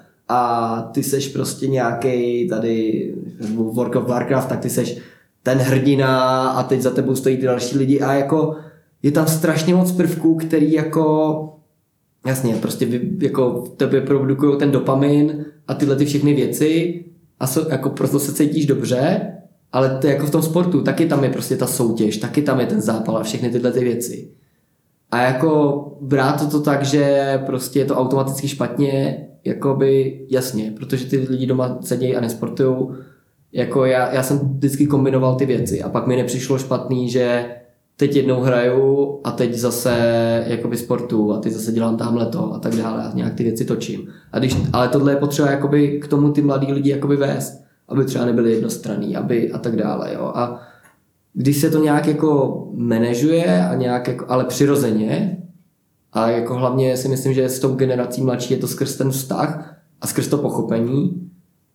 A ty seš prostě nějaký tady World of Warcraft, tak ty seš ten hrdina a teď za tebou stojí ty další lidi a jako je tam strašně moc prvků, který jako jasně, prostě vy, jako v tebe produkují ten dopamin a tyhle ty všechny věci a so, jako proto se cítíš dobře, ale to jako v tom sportu, taky tam je prostě ta soutěž, taky tam je ten zápal a všechny tyhle ty věci. A jako brát to, to tak, že prostě je to automaticky špatně, jakoby jasně, protože ty lidi doma sedějí a nesportujou, jako já, já jsem vždycky kombinoval ty věci a pak mi nepřišlo špatný, že teď jednou hraju a teď zase jakoby sportu a teď zase dělám tamhle to a tak dále a nějak ty věci točím. A když, ale tohle je potřeba jakoby k tomu ty mladí lidi jakoby vést, aby třeba nebyli jednostranný, aby a tak dále. Jo. A když se to nějak jako manažuje a nějak jako, ale přirozeně a jako hlavně si myslím, že s tou generací mladší je to skrz ten vztah a skrz to pochopení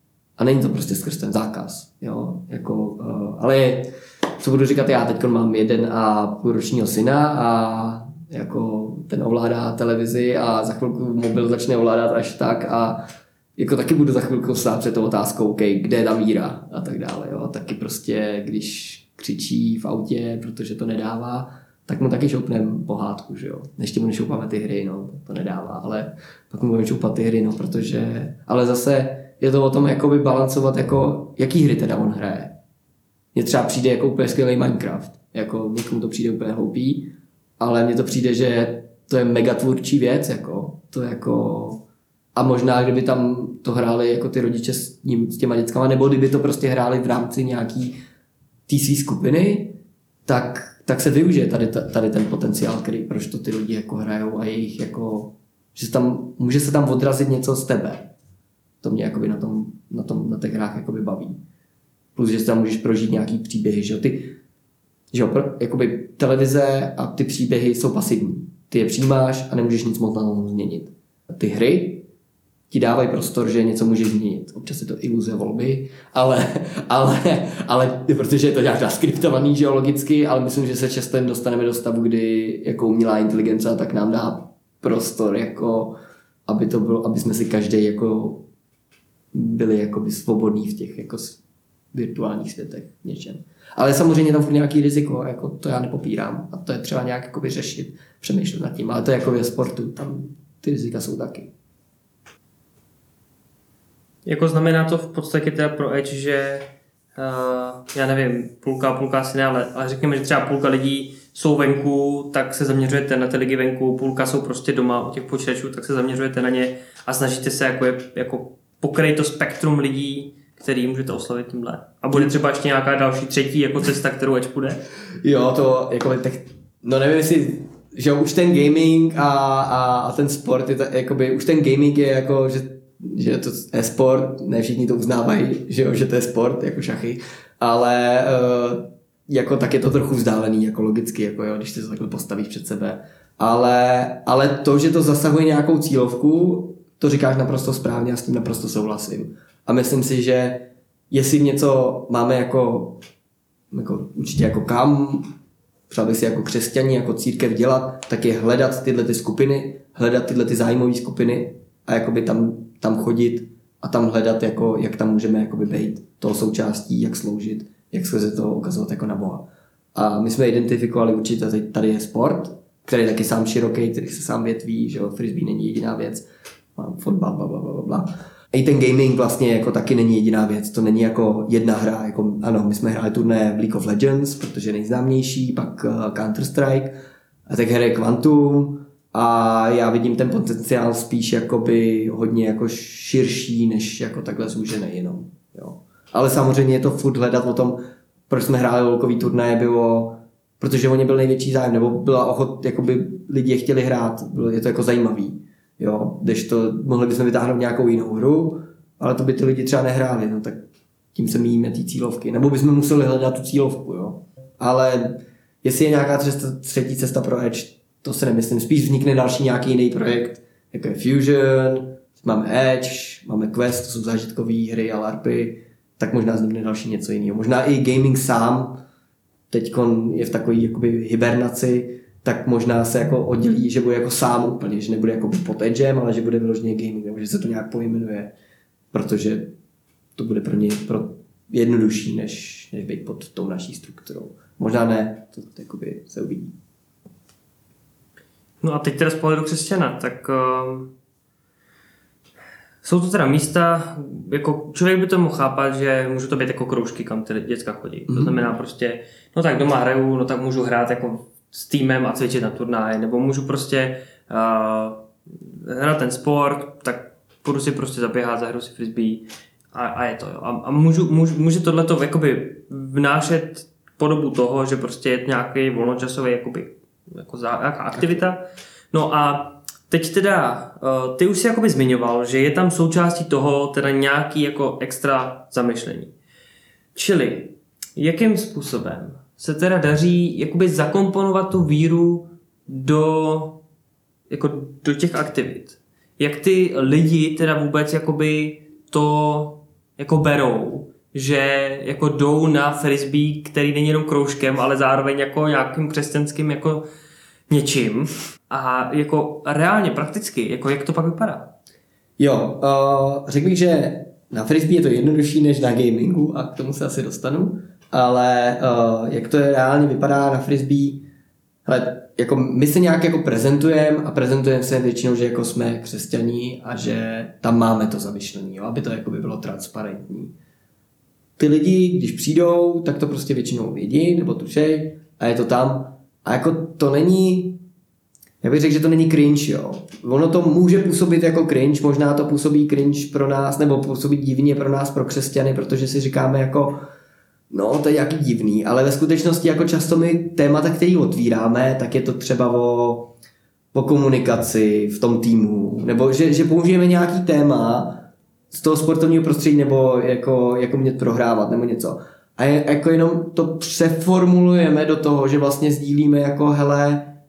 a není to prostě skrz ten zákaz. Jo. Jako, uh, ale co budu říkat, já teď mám jeden a půlročního syna a jako ten ovládá televizi a za chvilku mobil začne ovládat až tak a jako taky budu za chvilku stát před tou otázkou, OK, kde je ta míra a tak dále. Jo. A taky prostě, když křičí v autě, protože to nedává, tak mu taky šoupneme pohádku, že jo. Ještě mu nešoupáme ty hry, no, to nedává, ale pak mu budeme šoupat ty hry, no, protože, ale zase je to o tom jakoby balancovat, jako, jaký hry teda on hraje. Mně třeba přijde jako úplně skvělý Minecraft, jako někomu to přijde úplně hloupý, ale mně to přijde, že to je mega tvůrčí věc, jako, to jako, a možná, kdyby tam to hráli jako ty rodiče s, ním, s těma dětskama, nebo kdyby to prostě hráli v rámci nějaký té své skupiny, tak, tak se využije tady, tady ten potenciál, který, proč to ty lidi jako hrajou a jejich jako, že se tam, může se tam odrazit něco z tebe. To mě jakoby na, tom, na, tom, na těch hrách jakoby baví. Plus, že si tam můžeš prožít nějaký příběhy, že jo, ty, že jo, jakoby televize a ty příběhy jsou pasivní. Ty je přijímáš a nemůžeš nic moc na tom změnit. Ty hry, ti dávají prostor, že něco může změnit. Občas je to iluze volby, ale, ale, ale protože je to nějak naskriptovaný geologicky, ale myslím, že se často dostaneme do stavu, kdy jako umělá inteligence tak nám dá prostor, jako, aby to bylo, aby jsme si každý jako byli jakoby svobodní v těch jako virtuálních světech něčem. Ale samozřejmě tam furt nějaký riziko, jako to já nepopírám a to je třeba nějak jako vyřešit, přemýšlet nad tím, ale to je jako ve sportu, tam ty rizika jsou taky. Jako znamená to v podstatě teda pro Edge, že uh, já nevím, půlka, půlka asi ne, ale, ale řekněme, že třeba půlka lidí jsou venku, tak se zaměřujete na ty lidi venku, půlka jsou prostě doma u těch počítačů, tak se zaměřujete na ně a snažíte se jako, jako pokryt to spektrum lidí, který můžete oslovit tímhle. A bude třeba ještě nějaká další třetí jako cesta, kterou Edge půjde? Jo, to jako tak, no nevím, jestli, že už ten gaming a, a, a ten sport, je to, jakoby, už ten gaming je jako, že že je to e-sport, ne všichni to uznávají, že, jo, že to je sport, jako šachy, ale uh, jako tak je to trochu vzdálený, jako logicky, jako jo, když ty to takhle postavíš před sebe. Ale, ale to, že to zasahuje nějakou cílovku, to říkáš naprosto správně a s tím naprosto souhlasím. A myslím si, že jestli něco máme jako, jako určitě jako kam, přál bych si jako křesťaní, jako církev dělat, tak je hledat tyhle ty skupiny, hledat tyhle ty zájmové skupiny a jakoby tam tam chodit a tam hledat, jako, jak tam můžeme jakoby být toho součástí, jak sloužit, jak se to ukazovat jako na Boha. A my jsme identifikovali určitě, tady je sport, který je taky sám široký, který se sám větví, že frisbee není jediná věc, mám fotbal, bla, bla, bla, bla. A i ten gaming vlastně jako taky není jediná věc, to není jako jedna hra, jako, ano, my jsme hráli turné v League of Legends, protože je nejznámější, pak Counter-Strike, a tak hraje Quantum, a já vidím ten potenciál spíš jakoby hodně jako širší, než jako takhle zúžený jenom. Jo. Ale samozřejmě je to furt hledat o tom, proč jsme hráli lolkový turnaje, bylo, protože o ně byl největší zájem, nebo byla ochot, jakoby lidi je chtěli hrát, bylo, je to jako zajímavý. Jo. Kdežto mohli bychom vytáhnout nějakou jinou hru, ale to by ty lidi třeba nehráli, no tak tím se míjíme ty cílovky. Nebo bychom museli hledat tu cílovku, jo. Ale jestli je nějaká třetí cesta pro Edge, to se nemyslím. Spíš vznikne další nějaký jiný projekt, jako je Fusion, máme Edge, máme Quest, to jsou zážitkové hry a LARPy, tak možná vznikne další něco jiného. Možná i gaming sám, teď je v takové jakoby hibernaci, tak možná se jako oddělí, že bude jako sám úplně, že nebude jako pod Edgem, ale že bude vyloženě gaming, nebo že se to nějak pojmenuje, protože to bude pro ně pro jednodušší, než, než být pod tou naší strukturou. Možná ne, to, to jakoby se uvidí. No a teď teda z pohledu křesťana, tak uh, jsou to teda místa, jako člověk by to mohl chápat, že můžu to být jako kroužky, kam ty děcka chodí. Mm. To znamená prostě, no tak doma hraju, no tak můžu hrát jako s týmem a cvičit na turnaje, nebo můžu prostě uh, hrát ten sport, tak půjdu si prostě zaběhat, zahraju si frisbee a, a je to. Jo. A, a můžu, můžu, může tohleto jakoby vnášet podobu toho, že prostě je nějaký volnočasový jakoby jako za, jaká aktivita. No a teď teda, ty už si jakoby zmiňoval, že je tam součástí toho teda nějaký jako extra zamyšlení. Čili, jakým způsobem se teda daří jakoby zakomponovat tu víru do, jako do těch aktivit? Jak ty lidi teda vůbec jakoby to jako berou? Že jako jdou na frisbee, který není jenom kroužkem, ale zároveň jako nějakým křesťanským jako něčím. A jako reálně, prakticky, jako jak to pak vypadá? Jo, uh, řekl bych, že na frisbee je to jednodušší než na gamingu a k tomu se asi dostanu, ale uh, jak to je reálně vypadá na frisbee, hele, jako my se nějak jako prezentujeme a prezentujeme se většinou, že jako jsme křesťaní a že tam máme to zamyšlení, jo, aby to jako by bylo transparentní. Ty lidi, když přijdou, tak to prostě většinou vědí nebo tušej a je to tam. A jako to není, já bych řekl, že to není cringe, jo. Ono to může působit jako cringe, možná to působí cringe pro nás, nebo působí divně pro nás, pro křesťany, protože si říkáme jako, no to je jaký divný, ale ve skutečnosti jako často my témata, který otvíráme, tak je to třeba o, o komunikaci v tom týmu, nebo že, že použijeme nějaký téma z toho sportovního prostředí, nebo jako, jako mět prohrávat, nebo něco. A je, jako jenom to přeformulujeme do toho, že vlastně sdílíme jako hele,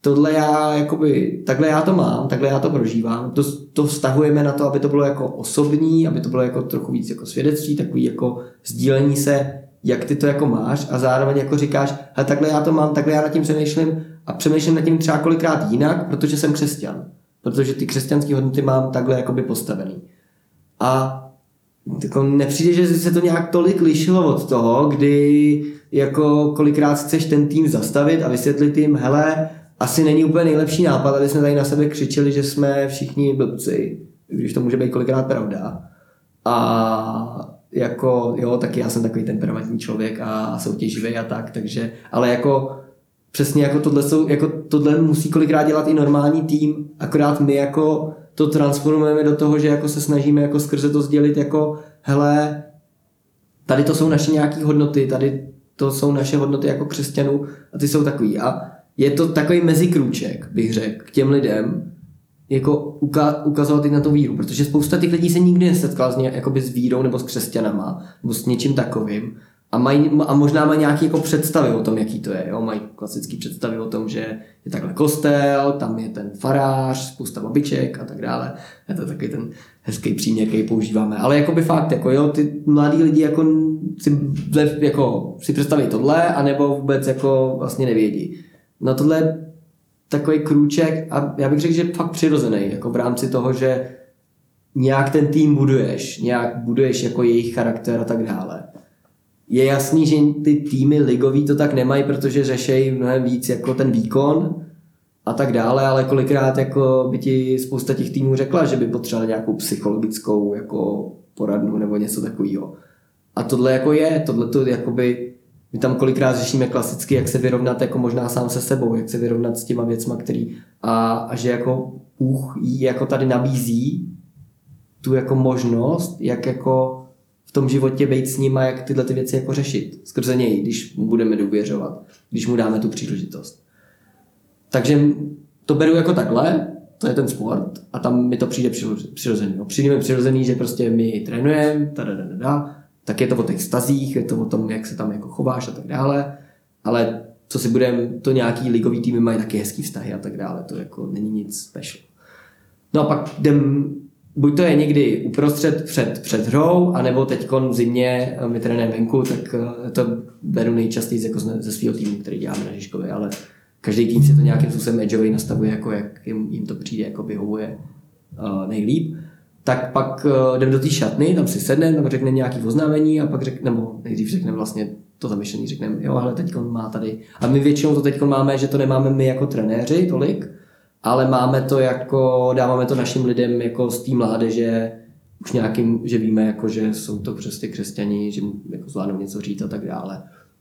tohle já, jakoby, takhle já to mám, takhle já to prožívám. To, to vztahujeme na to, aby to bylo jako osobní, aby to bylo jako trochu víc jako svědectví, takový jako sdílení se, jak ty to jako máš a zároveň jako říkáš, hele, takhle já to mám, takhle já nad tím přemýšlím a přemýšlím nad tím třeba kolikrát jinak, protože jsem křesťan. Protože ty křesťanské hodnoty mám takhle jakoby postavený. A jako nepřijde, že se to nějak tolik lišilo od toho, kdy jako kolikrát chceš ten tým zastavit a vysvětlit jim, hele, asi není úplně nejlepší nápad, aby jsme tady na sebe křičeli, že jsme všichni blbci, když to může být kolikrát pravda. A jako, jo, taky já jsem takový temperamentní člověk a soutěživý a tak, takže, ale jako přesně jako tohle, jsou, jako tohle musí kolikrát dělat i normální tým, akorát my jako to transformujeme do toho, že jako se snažíme jako skrze to sdělit jako, hele, tady to jsou naše nějaké hodnoty, tady to jsou naše hodnoty jako křesťanů a ty jsou takový. A je to takový mezikrůček, bych řekl, k těm lidem, jako uka- ukazovat i na tu víru, protože spousta těch lidí se nikdy nesetkala s, ně, jakoby s vírou nebo s křesťanama, nebo s něčím takovým a, mají, a možná mají nějaké jako představy o tom, jaký to je. Jo? Mají klasické představy o tom, že je takhle kostel, tam je ten farář, spousta babiček a tak dále. Je to takový ten hezký příměr, který používáme. Ale jakoby fakt, jako jo, ty mladí lidi jako si, jako si představí tohle, anebo vůbec jako vlastně nevědí. No tohle takový krůček a já bych řekl, že fakt přirozený, jako v rámci toho, že nějak ten tým buduješ, nějak buduješ jako jejich charakter a tak dále. Je jasný, že ty týmy ligový to tak nemají, protože řešejí mnohem víc jako ten výkon a tak dále, ale kolikrát jako by ti spousta těch týmů řekla, že by potřebovala nějakou psychologickou jako poradnu nebo něco takového. A tohle jako je, tohle to jakoby my tam kolikrát řešíme klasicky, jak se vyrovnat jako možná sám se sebou, jak se vyrovnat s těma věcma, který a, a že jako Bůh jí jako tady nabízí tu jako možnost, jak jako v tom životě být s ním a jak tyhle ty věci jako řešit skrze něj, když mu budeme důvěřovat, když mu dáme tu příležitost. Takže to beru jako takhle, to je ten sport a tam mi to přijde přirozený. No, přijde mi přirozený, že prostě my trénujeme, tadadadada, tak je to o těch stazích, je to o tom, jak se tam jako chováš a tak dále, ale co si budeme, to nějaký ligový týmy mají taky hezký vztahy a tak dále, to jako není nic special. No a pak jdem, buď to je někdy uprostřed před, před hrou, anebo teďkon v zimě, my trénujeme venku, tak to beru nejčastěji jako ze svého týmu, který děláme na Žižkově, ale každý tým si to nějakým způsobem edgeovej nastavuje, jako jak jim, jim to přijde, jako vyhovuje uh, nejlíp. Tak pak uh, jdem do té šatny, tam si sedneme, tam řekneme nějaké oznámení a pak řekneme, nebo nejdřív řekneme vlastně to zamyšlení, řekneme, jo, hele, teď má tady. A my většinou to teď máme, že to nemáme my jako trenéři tolik, ale máme to jako, dáváme to našim lidem jako z té mládeže, už nějakým, že víme, jako, že jsou to prostě křesťani, že jako zvládnou něco říct a tak dále.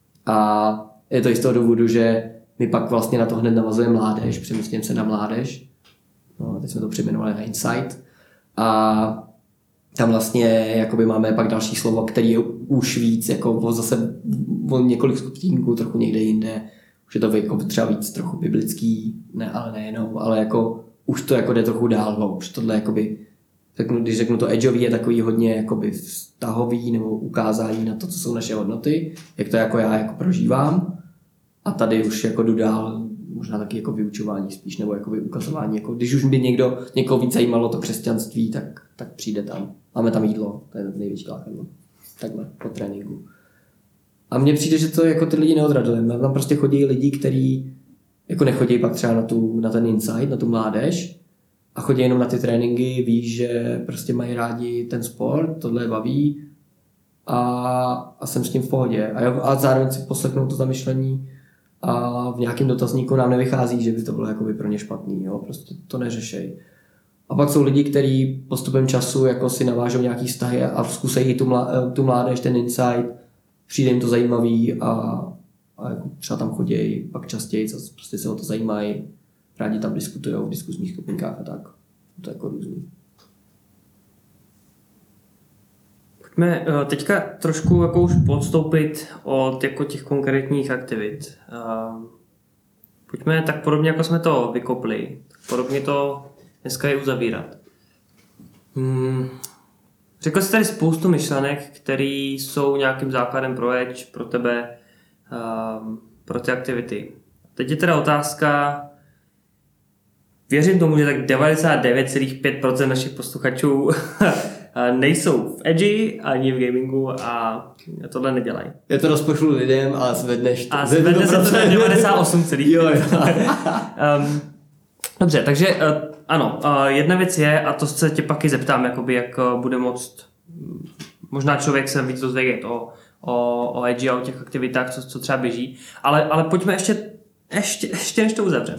A je to i z toho důvodu, že my pak vlastně na to hned navazujeme mládež, přemístíme se na mládež. No, teď jsme to přejmenovali na Insight. A tam vlastně jakoby máme pak další slovo, který je už víc, jako o zase o několik skupinků, trochu někde jinde. Už je to jako třeba víc trochu biblický, ne, ale nejenom, ale jako už to jako jde trochu dál, už tohle jakoby, řeknu, když řeknu to edgeový, je takový hodně jakoby vztahový nebo ukázání na to, co jsou naše hodnoty, jak to jako já jako prožívám. A tady už jako jdu dál, možná taky jako vyučování spíš, nebo jako ukazování. Jako, když už by někdo, někoho víc zajímalo to křesťanství, tak, tak přijde tam. Máme tam jídlo, to je největší lákadlo. Takhle, po tréninku. A mně přijde, že to jako ty lidi neodradili. Tam prostě chodí lidi, kteří jako nechodí pak třeba na, tu, na ten insight, na tu mládež a chodí jenom na ty tréninky, ví, že prostě mají rádi ten sport, tohle je baví a, a jsem s tím v pohodě. A, a zároveň si poslechnou to zamyšlení a v nějakém dotazníku nám nevychází, že by to bylo jakoby pro ně špatný, jo? Prostě to neřešej. A pak jsou lidi, kteří postupem času jako si navážou nějaký vztahy a zkusejí tu, mlá, tu mládež, ten insight, přijde jim to zajímavý a, a jako třeba tam chodí pak častěji, prostě se o to zajímají, rádi tam diskutují v diskusních skupinkách a tak. To je jako různý. Pojďme teďka trošku jako už podstoupit od jako těch konkrétních aktivit. Pojďme tak podobně, jako jsme to vykopli, podobně to dneska je uzavírat. Hmm. Řekl jsi tady spoustu myšlenek, které jsou nějakým základem pro Edge, pro tebe, pro ty aktivity. Teď je teda otázka, věřím tomu, že tak devadesát devět celá pět procent našich posluchačů nejsou v edgy ani v gamingu a tohle nedělají. Já to rozpošlu lidem a zvedneš to. A zvedne se to na devadesát osm celá pět procent. um, dobře, takže uh, ano, uh, jedna věc je, a to se tě pak i zeptám, jakoby, jak uh, bude moct možná člověk se víc dozvědět o, o, o edgy a o těch aktivitách, co, co třeba běží, ale, ale pojďme ještě, ještě, ještě než to uzavřeme.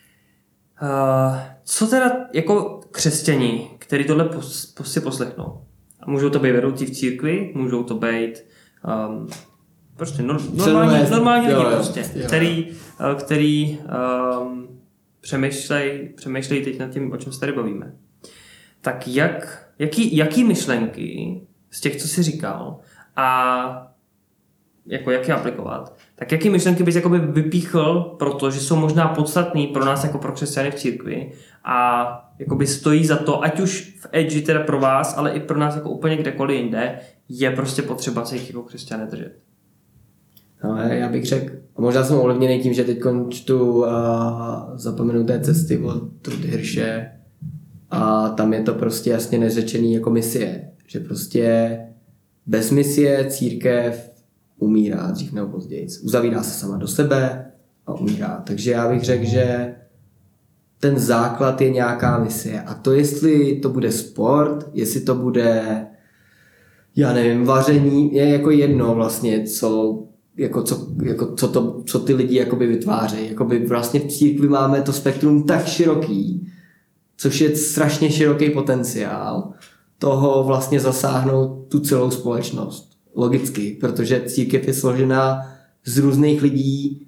Uh, co teda jako křesťaní, který tohle pos, pos, si poslechnou? Můžou to být vedoucí v církvi, můžou to být um, prostě no, normální, normální lidi prostě, jo, který, uh, který um, přemýšlej, přemýšlej teď nad tím, o čem se tady bavíme. Tak jak, jaký, jaký myšlenky z těch, co jsi říkal, a jako jak je aplikovat, tak jaký myšlenky bys jakoby vypíchl, protože jsou možná podstatný pro nás jako pro křesťany v církvi a jakoby stojí za to, ať už v edgy teda pro vás, ale i pro nás jako úplně kdekoliv jinde, je prostě potřeba se jich jako křesťané držet. No, já bych řekl, a možná jsem ovlivněný tím, že teď čtu uh, Zapomenuté cesty od Rudy Hirše a tam je to prostě jasně neřečený jako misie, že prostě bez misie církev umírá dřív nebo později. Uzavírá se sama do sebe a umírá. Takže já bych řekl, že ten základ je nějaká misie. A to, jestli to bude sport, jestli to bude, já nevím, vaření, je jako jedno vlastně, co, jako co, jako co, to, co ty lidi jakoby vytvářejí. Jakoby vlastně v církvi máme to spektrum tak široký, což je strašně široký potenciál toho vlastně zasáhnout tu celou společnost. Logicky, protože církev je složená z různých lidí,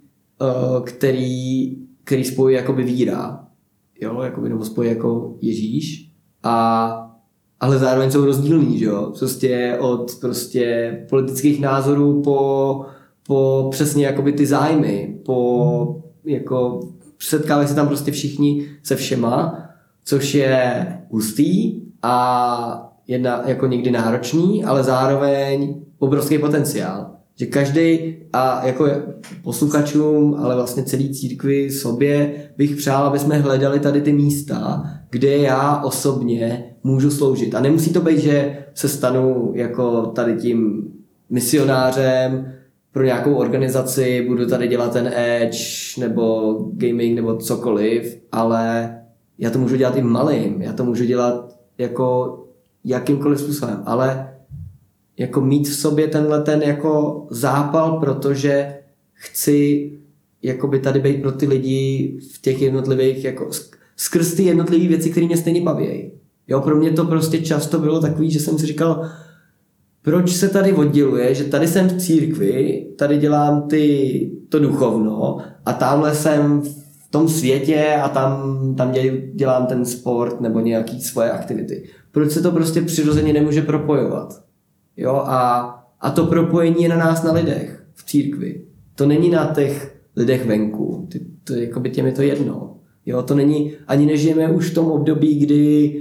který, který spojí jakoby víra, jo, jakoby, nebo spojí jako Ježíš, a, ale zároveň jsou rozdílný, že jo, prostě od prostě politických názorů po, po přesně jakoby ty zájmy, po jako setkávají se tam prostě všichni se všema, což je hustý a jedna jako někdy náročný, ale zároveň obrovský potenciál. Že každý a jako posluchačům, ale vlastně celý církvi sobě bych přál, aby jsme hledali tady ty místa, kde já osobně můžu sloužit. A nemusí to být, že se stanu jako tady tím misionářem pro nějakou organizaci, budu tady dělat ten edge nebo gaming nebo cokoliv, ale já to můžu dělat i malým, já to můžu dělat jako jakýmkoliv způsobem, ale jako mít v sobě tenhle ten jako zápal, protože chci jakoby tady být pro ty lidi v těch jednotlivých, jako skrz ty jednotlivé věci, které mě stejně baví. Jo, pro mě to prostě často bylo takový, že jsem si říkal, proč se tady odděluje, že tady jsem v církvi, tady dělám ty, to duchovno a tamhle jsem v tom světě a tam, tam dělám ten sport nebo nějaký svoje aktivity. Proč se to prostě přirozeně nemůže propojovat? Jo, a, a to propojení je na nás, na lidech v církvi. To není na těch lidech venku. Ty, to, jakoby těm je to jedno. Jo, to není, ani nežijeme už v tom období, kdy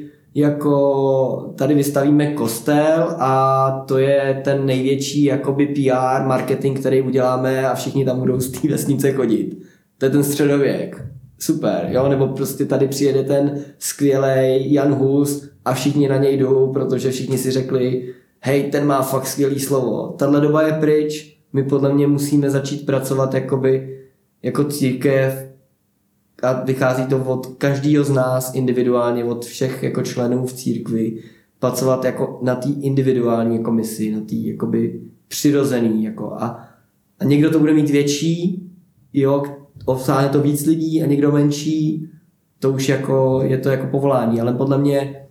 jako tady vystavíme kostel a to je ten největší jakoby P R, marketing, který uděláme a všichni tam budou z té vesnice chodit. To je ten středověk. Super, jo, nebo prostě tady přijede ten skvělej Jan Hus a všichni na něj jdou, protože všichni si řekli, hej, ten má fakt skvělý slovo. Tahle doba je pryč, my podle mě musíme začít pracovat jakoby, jako církev a vychází to od každého z nás individuálně, od všech jako členů v církvi, pracovat jako na té individuální komisi, na té jakoby přirozený. Jako a, a někdo to bude mít větší, jo, obsáhne to víc lidí a někdo menší, to už jako, je to jako povolání, ale podle mě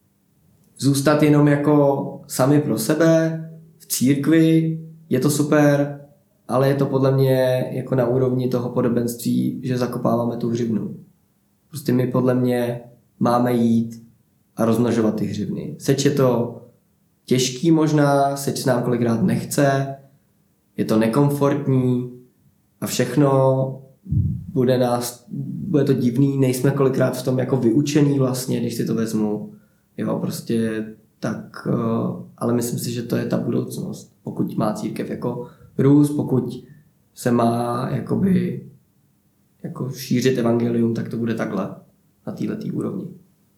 zůstat jenom jako sami pro sebe, v církvi, je to super, ale je to podle mě jako na úrovni toho podobenství, že zakopáváme tu hřivnu. Prostě my podle mě máme jít a rozmnožovat ty hřivny. Seč je to těžký možná, seč se nám kolikrát nechce, je to nekomfortní a všechno bude nás, bude to divný, nejsme kolikrát v tom jako vyučený vlastně, když si to vezmu. Jo, prostě tak, ale myslím si, že to je ta budoucnost. Pokud má církev jako růst, pokud se má jakoby jako šířit evangelium, tak to bude takhle. na této úrovni.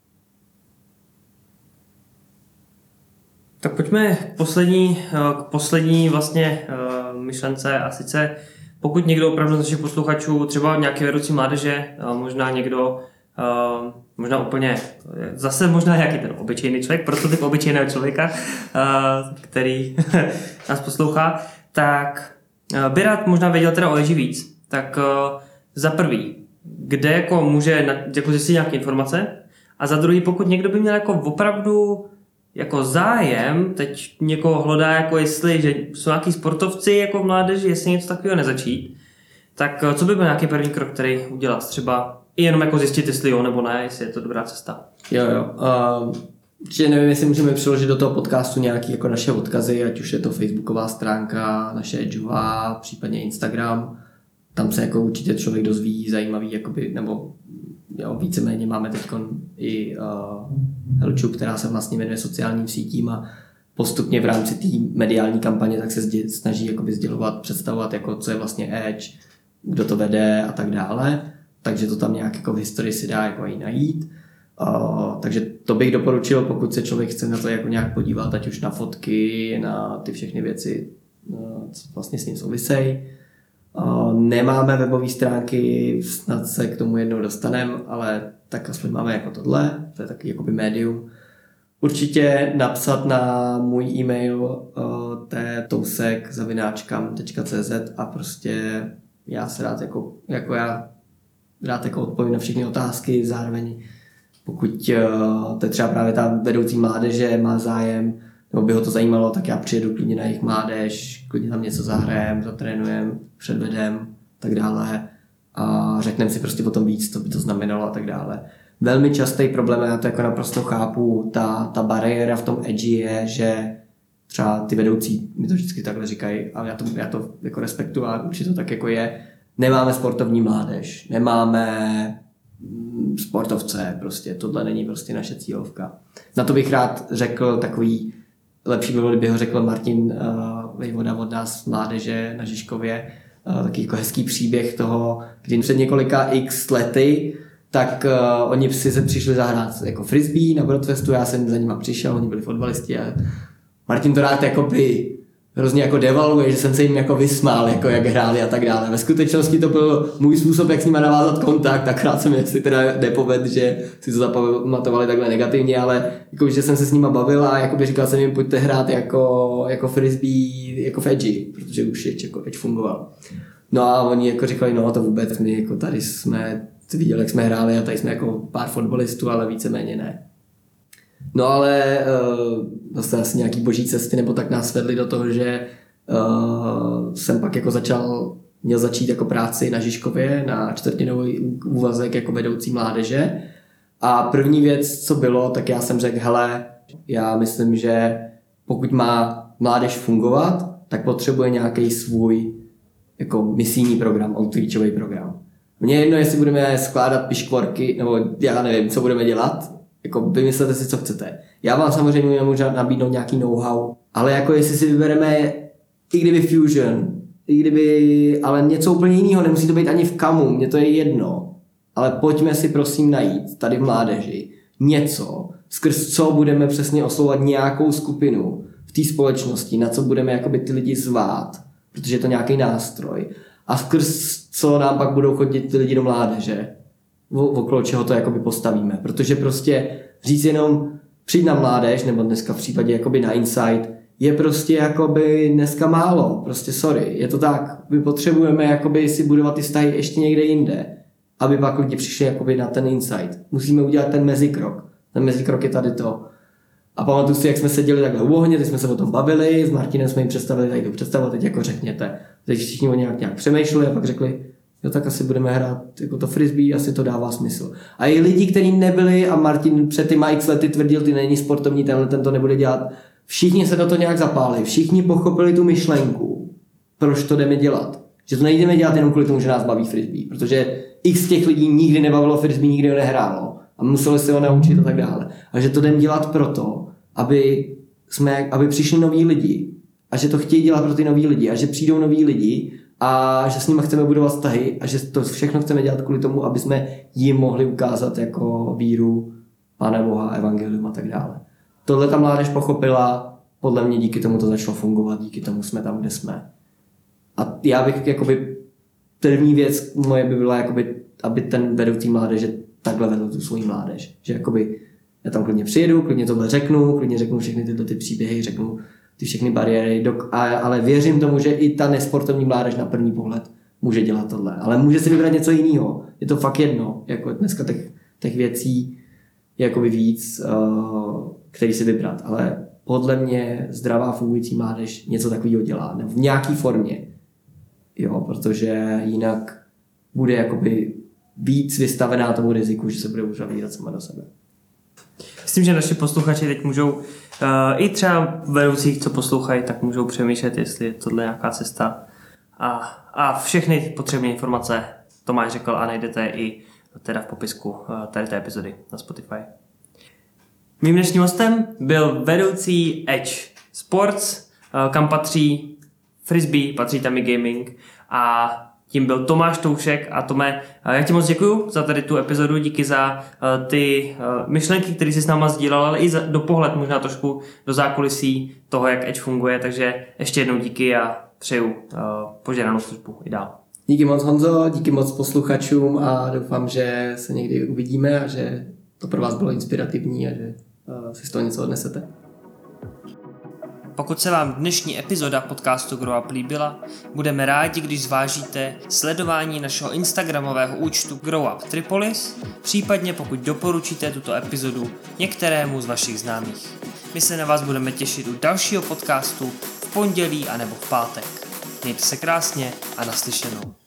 Tak pojďme k poslední, k poslední vlastně myšlence a sice pokud někdo opravdu z našich posluchačů, třeba nějaké vedoucí mládeže, možná někdo, možná úplně, zase možná nějaký ten obyčejný člověk, prototyp obyčejného člověka, který nás poslouchá, tak by rád možná věděl teda o Edži víc. Tak za prvý, kde jako může jako zjistit nějaké informace a za druhý, pokud někdo by měl jako opravdu jako zájem, teď někoho hledá, jako jestli, že jsou nějaký sportovci jako v mládeži, jestli něco takového nezačít, tak co by byl nějaký první krok, který udělat? Třeba i jenom jako zjistit, jestli jo nebo ne, jestli je to dobrá cesta. Jo, jo. Uh, určitě nevím, jestli můžeme přiložit do toho podcastu nějaké jako naše odkazy, ať už je to facebooková stránka, naše Edgeová, případně Instagram. Tam se jako určitě člověk dozví zajímavý, jakoby, nebo jo, víceméně máme teď i uh, Helču, která se vlastně věnuje sociálním sítím a postupně v rámci té mediální kampaně tak se zdě, snaží jakoby sdělovat, představovat, jako, co je vlastně Edge, kdo to vede a tak dále. Takže to tam nějak jako v historii si dá jako i najít. Uh, takže to bych doporučil, pokud se člověk chce na to jako nějak podívat, ať už na fotky, na ty všechny věci, uh, co vlastně s ním souvisejí. Uh, nemáme webové stránky, snad se k tomu jednou dostaneme, ale tak aspoň máme jako tohle, to je taky jakoby médium. Určitě napsat na můj e-mail uh, té tousek zavináč kam tečka cé zet a prostě já se rád jako, jako já rád jako odpovím na všechny otázky, zároveň pokud uh, to je třeba právě ta vedoucí mládeže má zájem, nebo by ho to zajímalo, tak já přijedu klidně na jejich mládež, klidně tam něco zahrajem, zatrénujem, předvedem, tak dále a řekneme si prostě o tom víc, co by to znamenalo a tak dále. Velmi častý problém, já to jako naprosto chápu, ta, ta bariéra v tom edži je, že třeba ty vedoucí mi to vždycky takhle říkají a já to, já to jako respektuji a určitě to tak jako je. Nemáme sportovní mládež, nemáme sportovce, prostě tohle není prostě naše cílovka. Na to bych rád řekl takový, lepší by bylo, kdyby ho řekl Martin uh, Vejvoda od nás mládeže na Žižkově, uh, taky jako hezký příběh toho, kdy před několika x lety tak uh, oni si se přišli zahrát jako frisbee na Broadfestu, já jsem za nima přišel, oni byli fotbalisti a Martin to rád jako by hrozně jako devaluje, že jsem se jim jako vysmál, jako jak hráli a tak dále. Ve skutečnosti to byl můj způsob, jak s nimi navázat kontakt, tak rád jsem si teda nepovedl, že si to zapamatovali takhle negativně, ale jako, že jsem se s nima bavil a jako by říkal jsem jim, pojďte hrát jako, jako frisbee, jako v edži, protože už je jako edge fungoval. No a oni jako říkali, no to vůbec, my jako tady jsme viděli, jak jsme hráli a tady jsme jako pár fotbalistů, ale víceméně ne. No ale uh, zase asi nějaký boží cesty nebo tak nás vedli do toho, že uh, jsem pak jako začal, měl začít jako práci na Žižkově na čtvrtinový úvazek jako vedoucí mládeže a první věc, co bylo, tak já jsem řekl, hele, já myslím, že pokud má mládež fungovat, tak potřebuje nějaký svůj jako misijní program, outreachový program. Mně je jedno, jestli budeme skládat piškvorky, nebo já nevím, co budeme dělat, jako vymyslete si, co chcete. Já vám samozřejmě můžu nabídnout nějaký know-how, ale jako jestli si vybereme i kdyby Fusion, i kdyby, ale něco úplně jiného, nemusí to být ani v kamu, mně to je jedno. Ale pojďme si prosím najít tady v mládeži něco, skrz co budeme přesně oslovovat nějakou skupinu v té společnosti, na co budeme jakoby ty lidi zvát, protože je to nějaký nástroj. A skrz co nám pak budou chodit ty lidi do mládeže, okolo čeho to jakoby postavíme. Protože prostě říct jenom přijít na mládež, nebo dneska v případě jakoby na Insight, je prostě jakoby dneska málo. Prostě sorry, je to tak. My potřebujeme jakoby si budovat ty vztahy ještě někde jinde, aby pak lidi přišli jakoby na ten Insight. Musíme udělat ten mezikrok. Ten mezikrok je tady to. A pamatuju si, jak jsme seděli takhle u ohně, teď jsme se o tom bavili, s Martinem jsme jim představili tady tu představu, teď jako řekněte. Teď všichni o nějak, nějak přemýšleli a pak řekli, jo, tak asi budeme hrát jako to frisbee, asi to dává smysl. A i lidi, kteří nebyli, a Martin před těma x lety tvrdil, ty není sportovní, tenhle ten to nebude dělat, všichni se do toho nějak zapálili, všichni pochopili tu myšlenku, proč to jdeme dělat. Že to nejdeme dělat jenom kvůli tomu, že nás baví frisbee, protože x těch lidí nikdy nebavilo frisbee, nikdy ho nehrálo a museli se ho naučit a tak dále. A že to jdeme dělat proto, aby, jsme, aby přišli noví lidi a že to chtějí dělat pro ty noví lidi a že přijdou noví lidi a že s nimi chceme budovat vztahy a že to všechno chceme dělat kvůli tomu, aby jsme jim mohli ukázat jako víru Pána Boha, evangelium a tak dále. Tohle ta mládež pochopila, podle mě díky tomu to začalo fungovat, díky tomu jsme tam, kde jsme. A já bych jakoby první věc moje by byla, jakoby, aby ten vedoucí mládeže takhle vedl tu svou mládež. Že jakoby já tam klidně přijedu, klidně tohle řeknu, klidně řeknu všechny tyhle ty příběhy, řeknu ty všechny bariéry, dok- a, ale věřím tomu, že i ta nesportovní mládež na první pohled může dělat tohle. Ale může si vybrat něco jiného. Je to fakt jedno. Jako dneska těch, těch věcí je jakoby víc, uh, který si vybrat. Ale podle mě zdravá fungující mládež něco takového dělá. Nebo v nějaký formě. Jo, protože jinak bude jakoby víc vystavená tomu riziku, že se bude uzavírat sama do sebe. Myslím, že naši posluchači teď můžou, uh, i třeba vedoucích, co poslouchají, tak můžou přemýšlet, jestli je tohle nějaká cesta. A, a všechny potřebné informace Tomáš řekl a najdete i teda v popisku uh, tady té epizody na Spotify. Mým dnešním hostem byl vedoucí Edge Sports, uh, kam patří frisbee, patří tam i gaming a tím byl Tomáš Toušek. A Tome, já ti moc děkuju za tady tu epizodu, díky za uh, ty uh, myšlenky, které jsi s náma sdílel, ale i za, do pohled možná trošku do zákulisí toho, jak Edge funguje, takže ještě jednou díky a přeju uh, požehnanou službu i dál. Díky moc, Honzo, díky moc posluchačům a doufám, že se někdy uvidíme a že to pro vás bylo inspirativní a že uh, si z toho něco odnesete. Pokud se vám dnešní epizoda podcastu Grow Up líbila, budeme rádi, když zvážíte sledování našeho instagramového účtu Grow Up Tripolis, případně pokud doporučíte tuto epizodu některému z vašich známých. My se na vás budeme těšit u dalšího podcastu v pondělí anebo v pátek. Mějte se krásně a naslyšenou.